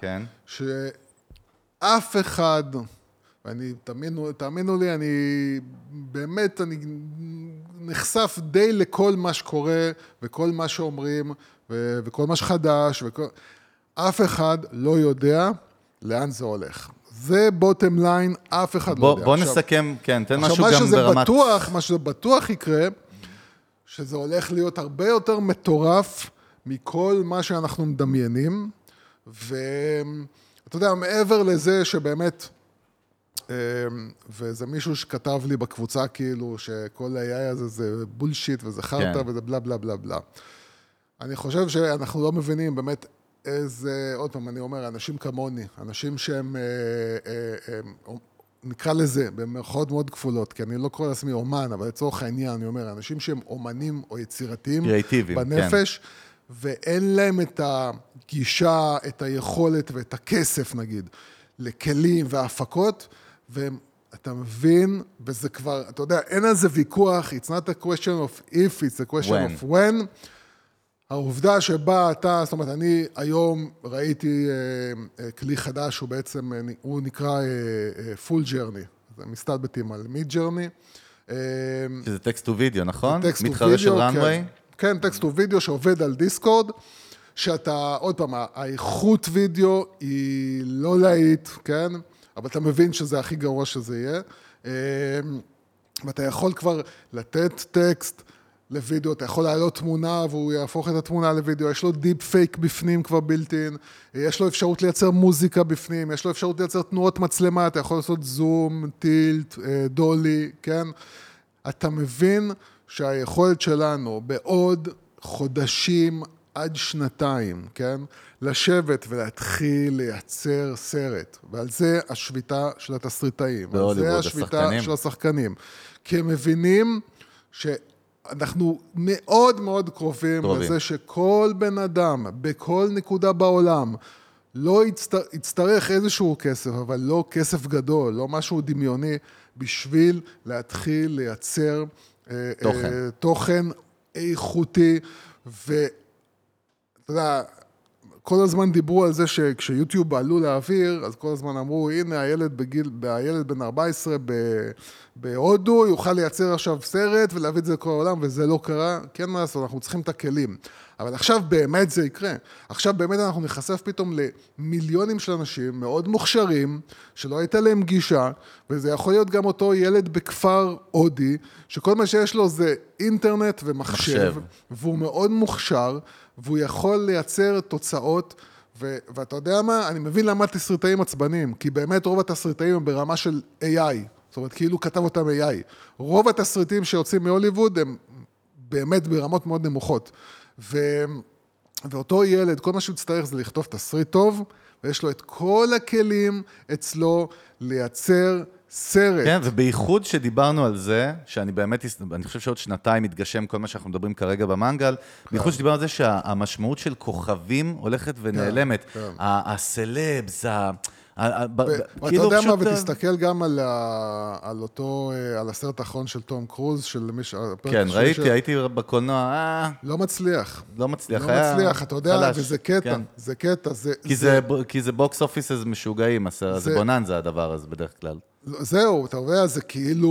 שאף אחד, ואני, תאמינו לי, אני באמת, אני נחשף די לכל מה שקורה, וכל מה שאומרים, וכל מה שחדש, אף אחד לא יודע לאן זה הולך. זה bottom line, אף אחד לא יודע. בוא נסכם, כן, תן משהו גם ברמת... מה שזה בטוח יקרה, שזה הולך להיות הרבה יותר מטורף מכל מה שאנחנו מדמיינים, אתה יודע, מעבר לזה שבאמת, וזה מישהו שכתב לי בקבוצה כאילו, שכל ה-AI הזה זה בולשיט וזה חרטה וזה בלה בלה בלה בלה. אני חושב שאנחנו לא מבינים באמת איזה, עוד פעם אני אומר, אנשים כמוני, אנשים שהם, נקרא לזה, במרכאות מאוד כפולות, כי אני לא קורא לעצמי אומן, אבל לצורך העניין, אני אומר, אנשים שהם אומנים או יצירתיים בנפש, ואין להם את הגישה, את היכולת ואת הכסף, נגיד, לכלים והפקות, ואתה מבין, וזה כבר, אתה יודע, אין על זה ויכוח, it's not a question of if, it's a question of when. העובדה שבה אתה, זאת אומרת, אני היום ראיתי כלי חדש, הוא בעצם, הוא נקרא full journey, זה מסתלבטים על mid journey. שזה טקסט ווידאו, נכון? טקסט מתחרה של ווידאו, runway? כן, טקסט ווידאו שעובד על דיסקורד, שאתה, עוד פעם, האיכות וידאו היא לא להיט, כן? אבל אתה מבין שזה הכי גרוע שזה יהיה. ואתה יכול כבר לתת טקסט לוידאו, אתה יכול להעלות תמונה והוא יהפוך את התמונה לוידאו, יש לו דיפ פייק בפנים כבר בילטין, יש לו אפשרות לייצר מוזיקה בפנים, יש לו אפשרות לייצר תנועות מצלמה, אתה יכול לעשות זום, טילט, דולי, כן? אתה מבין שהיכולת שלנו בעוד חודשים עד שנתיים, כן? לשבת ולהתחיל לייצר סרט, ועל זה השביתה של התסריטאים, ועל זה השביתה של השחקנים, כי הם מבינים שאנחנו מאוד מאוד קרובים לזה שכל בן אדם, בכל נקודה בעולם, לא יצטרך איזשהו כסף, אבל לא כסף גדול, לא משהו דמיוני, בשביל להתחיל לייצר תוכן איכותי, ואתה יודע, כל הזמן דיברו על זה שכשיוטיוב עלו לאוויר, אז כל הזמן אמרו, הנה הילד בן 14 בהודו, יוכל לייצר עכשיו סרט ולהביא את זה לכל העולם, וזה לא קרה, כן מה לעשות, אנחנו צריכים את הכלים. אבל עכשיו באמת זה יקרה. עכשיו באמת אנחנו נחשף פתאום למיליונים של אנשים מאוד מוכשרים, שלא הייתה להם גישה, וזה יכול להיות גם אותו ילד בכפר הודי, שכל מה שיש לו זה אינטרנט ומחשב, והוא מאוד מוכשר, והוא יכול לייצר תוצאות, ואתה יודע מה? אני מבין למה תסריטאים עצבנים, כי באמת רוב התסריטאים הם ברמה של AI, זאת אומרת, כאילו כתב אותם AI. רוב התסריטים שיוצאים מהוליווד הם באמת ברמות מאוד נמוכות. ואותו ילד, כל מה שהוא יצטרך זה לכתוב תסריט טוב, ויש לו את כל הכלים אצלו לייצר סרט. כן, ובייחוד שדיברנו על זה, שאני באמת, אני חושב שעוד שנתיים מתגשם כל מה שאנחנו מדברים כרגע במנגל, בייחוד שדיברנו על זה שהמשמעות של כוכבים הולכת ונעלמת. הסלבס, ואתה יודע מה, ותסתכל גם על אותו, על הסרט האחרון של תום קרוז, של כן, ראיתי, הייתי בקולנוע, לא מצליח. לא מצליח, לא מצליח, אתה יודע, וזה קטע, זה קטע. כי זה בוקס אופיסס משוגעים, זה בוננזה הדבר הזה בדרך כלל. זהו, אתה יודע, זה כאילו,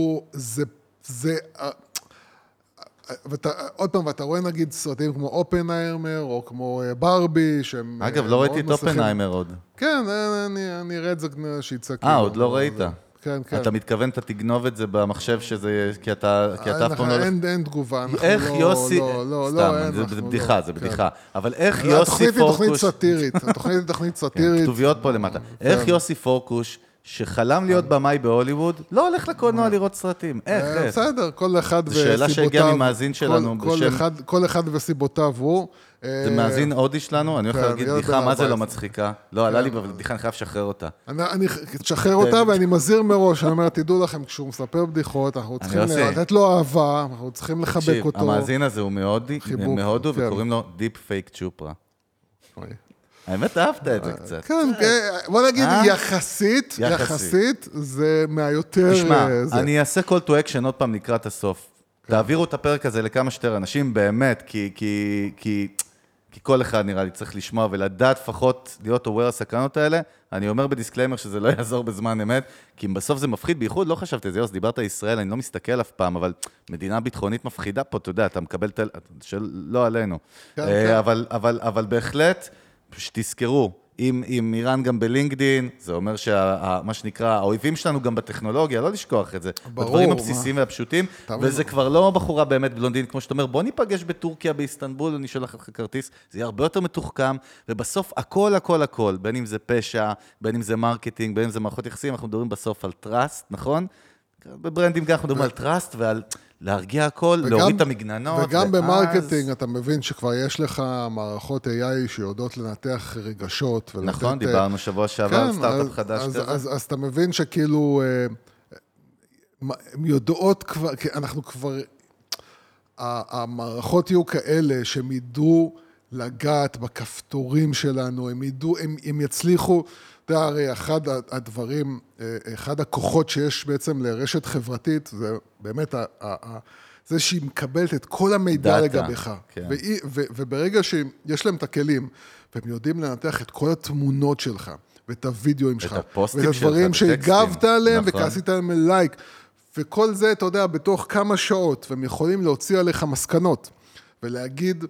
עוד פעם, ואתה רואה נגיד סרטים כמו אופנהיימר, או כמו ברבי, שהם... אגב, לא ראיתי את אופנהיימר עוד. כן, אני אראה את זה שיצא. עוד לא ראית? כן, כן. אתה מתכוון, אתה תגנוב את זה במחשב שזה, כי אתה אף פעם לא... אין תגובה. איך יוסי... סתם, זה בדיחה, זה בדיחה. אבל איך יוסי פורקוש... התוכנית היא תוכנית סאטירית. כתוביות פה למטה. איך יוסי פורקוש... שחלם להיות במאי בהוליווד, לא הולך לקולנוע לראות סרטים. איך? בסדר, כל אחד וסיבותיו. זו שאלה שהגיעה ממאזין שלנו בשם... כל אחד וסיבותיו הוא. זה מאזין הודי שלנו, אני הולך להגיד בדיחה, מה זה לא מצחיקה? לא, עלה לי בבדיחה, אני חייב לשחרר אותה. אני אשחרר אותה ואני מזהיר מראש, אני אומר, תדעו לכם, כשהוא מספר בדיחות, אנחנו צריכים לתת לו אהבה, אנחנו צריכים לחבק אותו. המאזין הזה הוא מהודו, וקוראים לו דיפ פייק צ'ופרה. האמת אהבת את זה קצת. כן, בוא נגיד יחסית, זה מהיותר... תשמע, אני אעשה call to action עוד פעם לקראת הסוף. תעבירו את הפרק הזה לכמה שיותר אנשים, באמת, כי כל אחד נראה לי צריך לשמוע ולדעת לפחות להיות aware הסכנות האלה. אני אומר בדיסקליימר שזה לא יעזור בזמן אמת, כי אם בסוף זה מפחיד, בייחוד לא חשבתי את זה, דיברת ישראל, אני לא מסתכל אף פעם, אבל מדינה ביטחונית מפחידה פה, אתה יודע, אתה מקבל לא עלינו. אבל בהחלט, שתזכרו, עם איראן גם בלינקדין, זה אומר מה שנקרא, האויבים שלנו גם בטכנולוגיה, לא לשכוח את זה. ברור, בדברים הבסיסיים והפשוטים, וזה כבר לא בחורה באמת בלונדין, כמו שאתה אומר, בוא ניפגש בטורקיה, באיסטנבול, אני שולח לך כרטיס, זה יהיה הרבה יותר מתוחכם, ובסוף הכל, בין אם זה פשע, בין אם זה מרקטינג, בין אם זה מערכות יחסים, אנחנו מדברים בסוף על טראסט, נכון? בברנדים גם אנחנו מדברים על טראסט ועל להרגיע הכל, להוריד את המגננות. וגם במרקטינג אתה מבין שכבר יש לך מערכות AI שיודעות לנתח רגשות. נכון, דיברנו שבוע שעבר על סטארט-אפ חדש כזה. אז אתה מבין שכאילו, הן יודעות כבר, אנחנו כבר, המערכות יהיו כאלה שהם ידעו לגעת בכפתורים שלנו, הם יצליחו, אתה יודע, הרי אחד הכוחות שיש בעצם לרשת חברתית, זה באמת זה שהיא מקבלת את כל המידע לגביך. כן. וברגע שיש להם את הכלים, והם יודעים לנתח את כל התמונות שלך, ואת הוידאוים שלך, ואת הדברים שהגבת עליהם, נכון. וכעשית עליהם לייק, וכל זה, אתה יודע, בתוך כמה שעות, והם יכולים להוציא עליך מסקנות, ולהגיד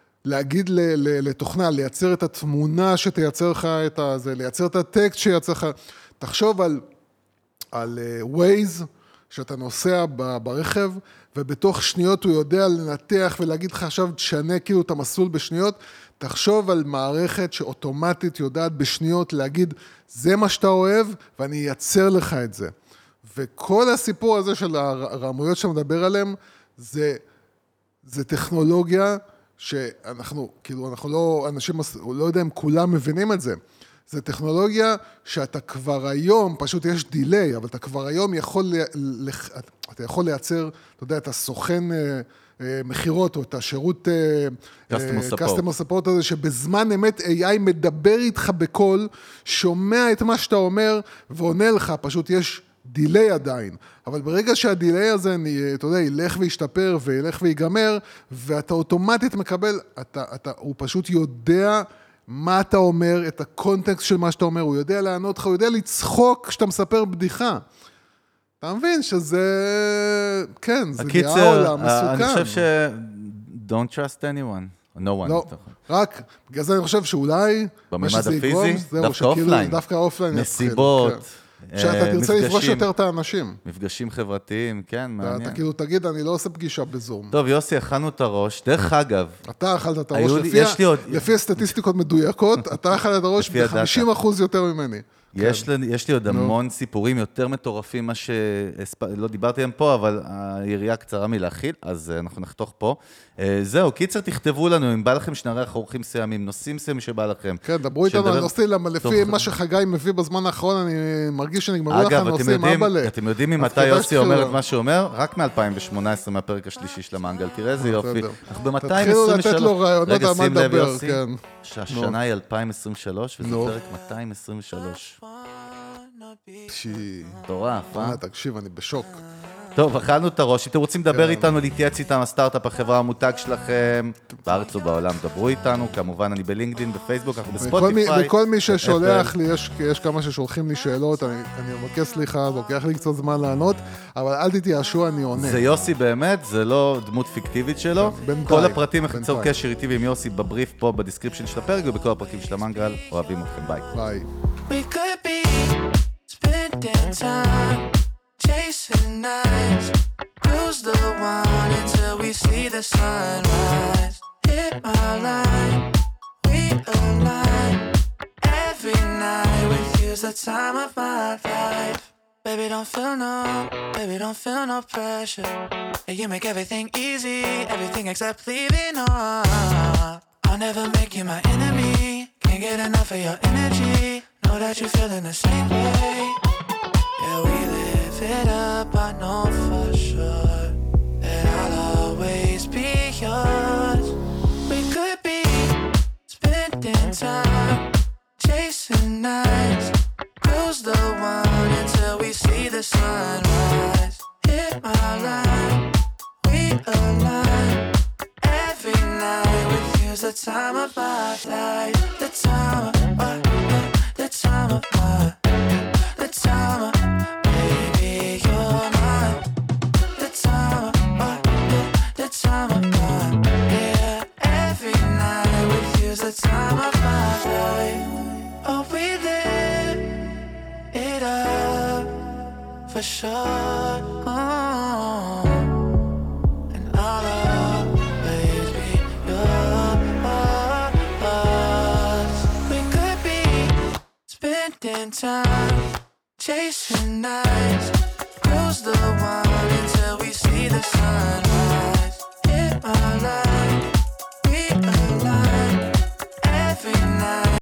לתוכנה, לייצר את התמונה שתייצר לך את זה, לייצר את הטקסט שייצר לך. תחשוב על Waze, שאתה נוסע ברכב, ובתוך שניות הוא יודע לנתח ולהגיד לך עכשיו תשנה כאילו את המסלול בשניות. תחשוב על מערכת שאוטומטית יודעת בשניות להגיד, זה מה שאתה אוהב, ואני אייצר לך את זה. וכל הסיפור הזה של הרעמויות שמדבר עליהם, זה טכנולוגיה שאנחנו, כאילו, אנחנו לא, אנשים לא יודע אם כולם מבינים את זה. זה טכנולוגיה שאתה כבר היום, פשוט יש דיליי, אבל אתה כבר היום אתה יכול לייצר, אתה יודע, את הסוכן מחירות, או את השירות customer support הזה, שבזמן אמת AI מדבר איתך בכל, שומע את מה שאתה אומר, ועונה לך, פשוט יש דיליי עדיין, אבל ברגע שהדיליי הזה, אתה יודע, ילך וישתפר, וילך ויגמר, ואתה אוטומטית מקבל, הוא פשוט יודע מה אתה אומר, את הקונטקסט של מה שאתה אומר, הוא יודע לענות לך, הוא יודע לצחוק כשאתה מספר בדיחה. אתה מבין שזה, כן, זה נהיה עולם מסוכן. אני חושב don't trust anyone, no one. לא, רק, בגלל זה אני חושב שאולי, בממד הפיזי, דווקא אופליין. דווקא אופליין. מסיבות. שאתה תרצה לפגוש יותר את האנשים. מפגשים חברתיים, כן, מעניין. אתה כאילו תגיד, אני לא עושה פגישה בזום. טוב, יוסי, הכנו את הראש. דרך אגב. אתה אכלת את הראש. לפי הסטטיסטיקות מדויקות, אתה אכלת את הראש ב-50% יותר ממני. יש לי עוד המון סיפורים יותר מטורפים, מה שלא דיברתי עליהם פה, אבל היריעה קצרה מלהכיל, אז אנחנו נחתוך פה. זהו, קיצר תכתבו לנו, אם בא לכם שנערך אורחים מסוימים, נושאים מסוימים שבא לכם. כן, דברו איתנו על נושאים, למה לפי מה שחגי מביא בזמן האחרון, אני מרגיש שנגמרו לכם נושאים, אבא אתם יודעים ממתי יוסי אומר את מה שהוא אומר? רק מ-2018, מהפרק השלישי של המנגל, תראה איזה יופי. אנחנו ב-223. תתחילו לתת לו רעיונות על מה לדבר, כן. שהשנה היא 2023, וזה פרק 223. טורף, תקשיב, אני בשוק. טוב, אכלנו את הראש. אם אתם רוצים לדבר איתנו, להתייעץ איתנו, הסטארט-אפ, החברה, המותג שלכם, בארץ ובעולם, דברו איתנו. כמובן, אני בלינקדין, בפייסבוק, אנחנו בספוטיפיי. וכל מי ששולח לי, יש כמה ששולחים לי שאלות, אני מבקש סליחה, לוקח לי קצת זמן לענות, אבל אל תתייאשו, אני עונה. זה יוסי באמת, זה לא דמות פיקטיבית שלו. כל הפרטים, איך ליצור קשר איתי ועם יוסי בבריף פה, בדיסקריפשן של הפרק, ובכל הפרקים של המנגל. אוהבים אתכם, ביי. Spending time chasing nights, cruise the one until we see the sunrise. Hit my line, we align. Every night with you's the time of my life. Baby, don't feel no pressure. Yeah, you make everything easy, everything except leaving on. I'll never make you my enemy. Can't get enough of your energy. Know that you're feeling the same way. Yeah, we live it up, I know for sure that I'll always be yours. We could be spending time chasing nights, cruise the one until we see the sunrise. Hit my line, we align. Every night with you's the time of my life. The time of my, the time of my, the time of, baby, you're mine. The time of my, the time of my, yeah. Every night with you's the time of my life. it up for sure. And I'll always be yours. We could be spending time chasing nights.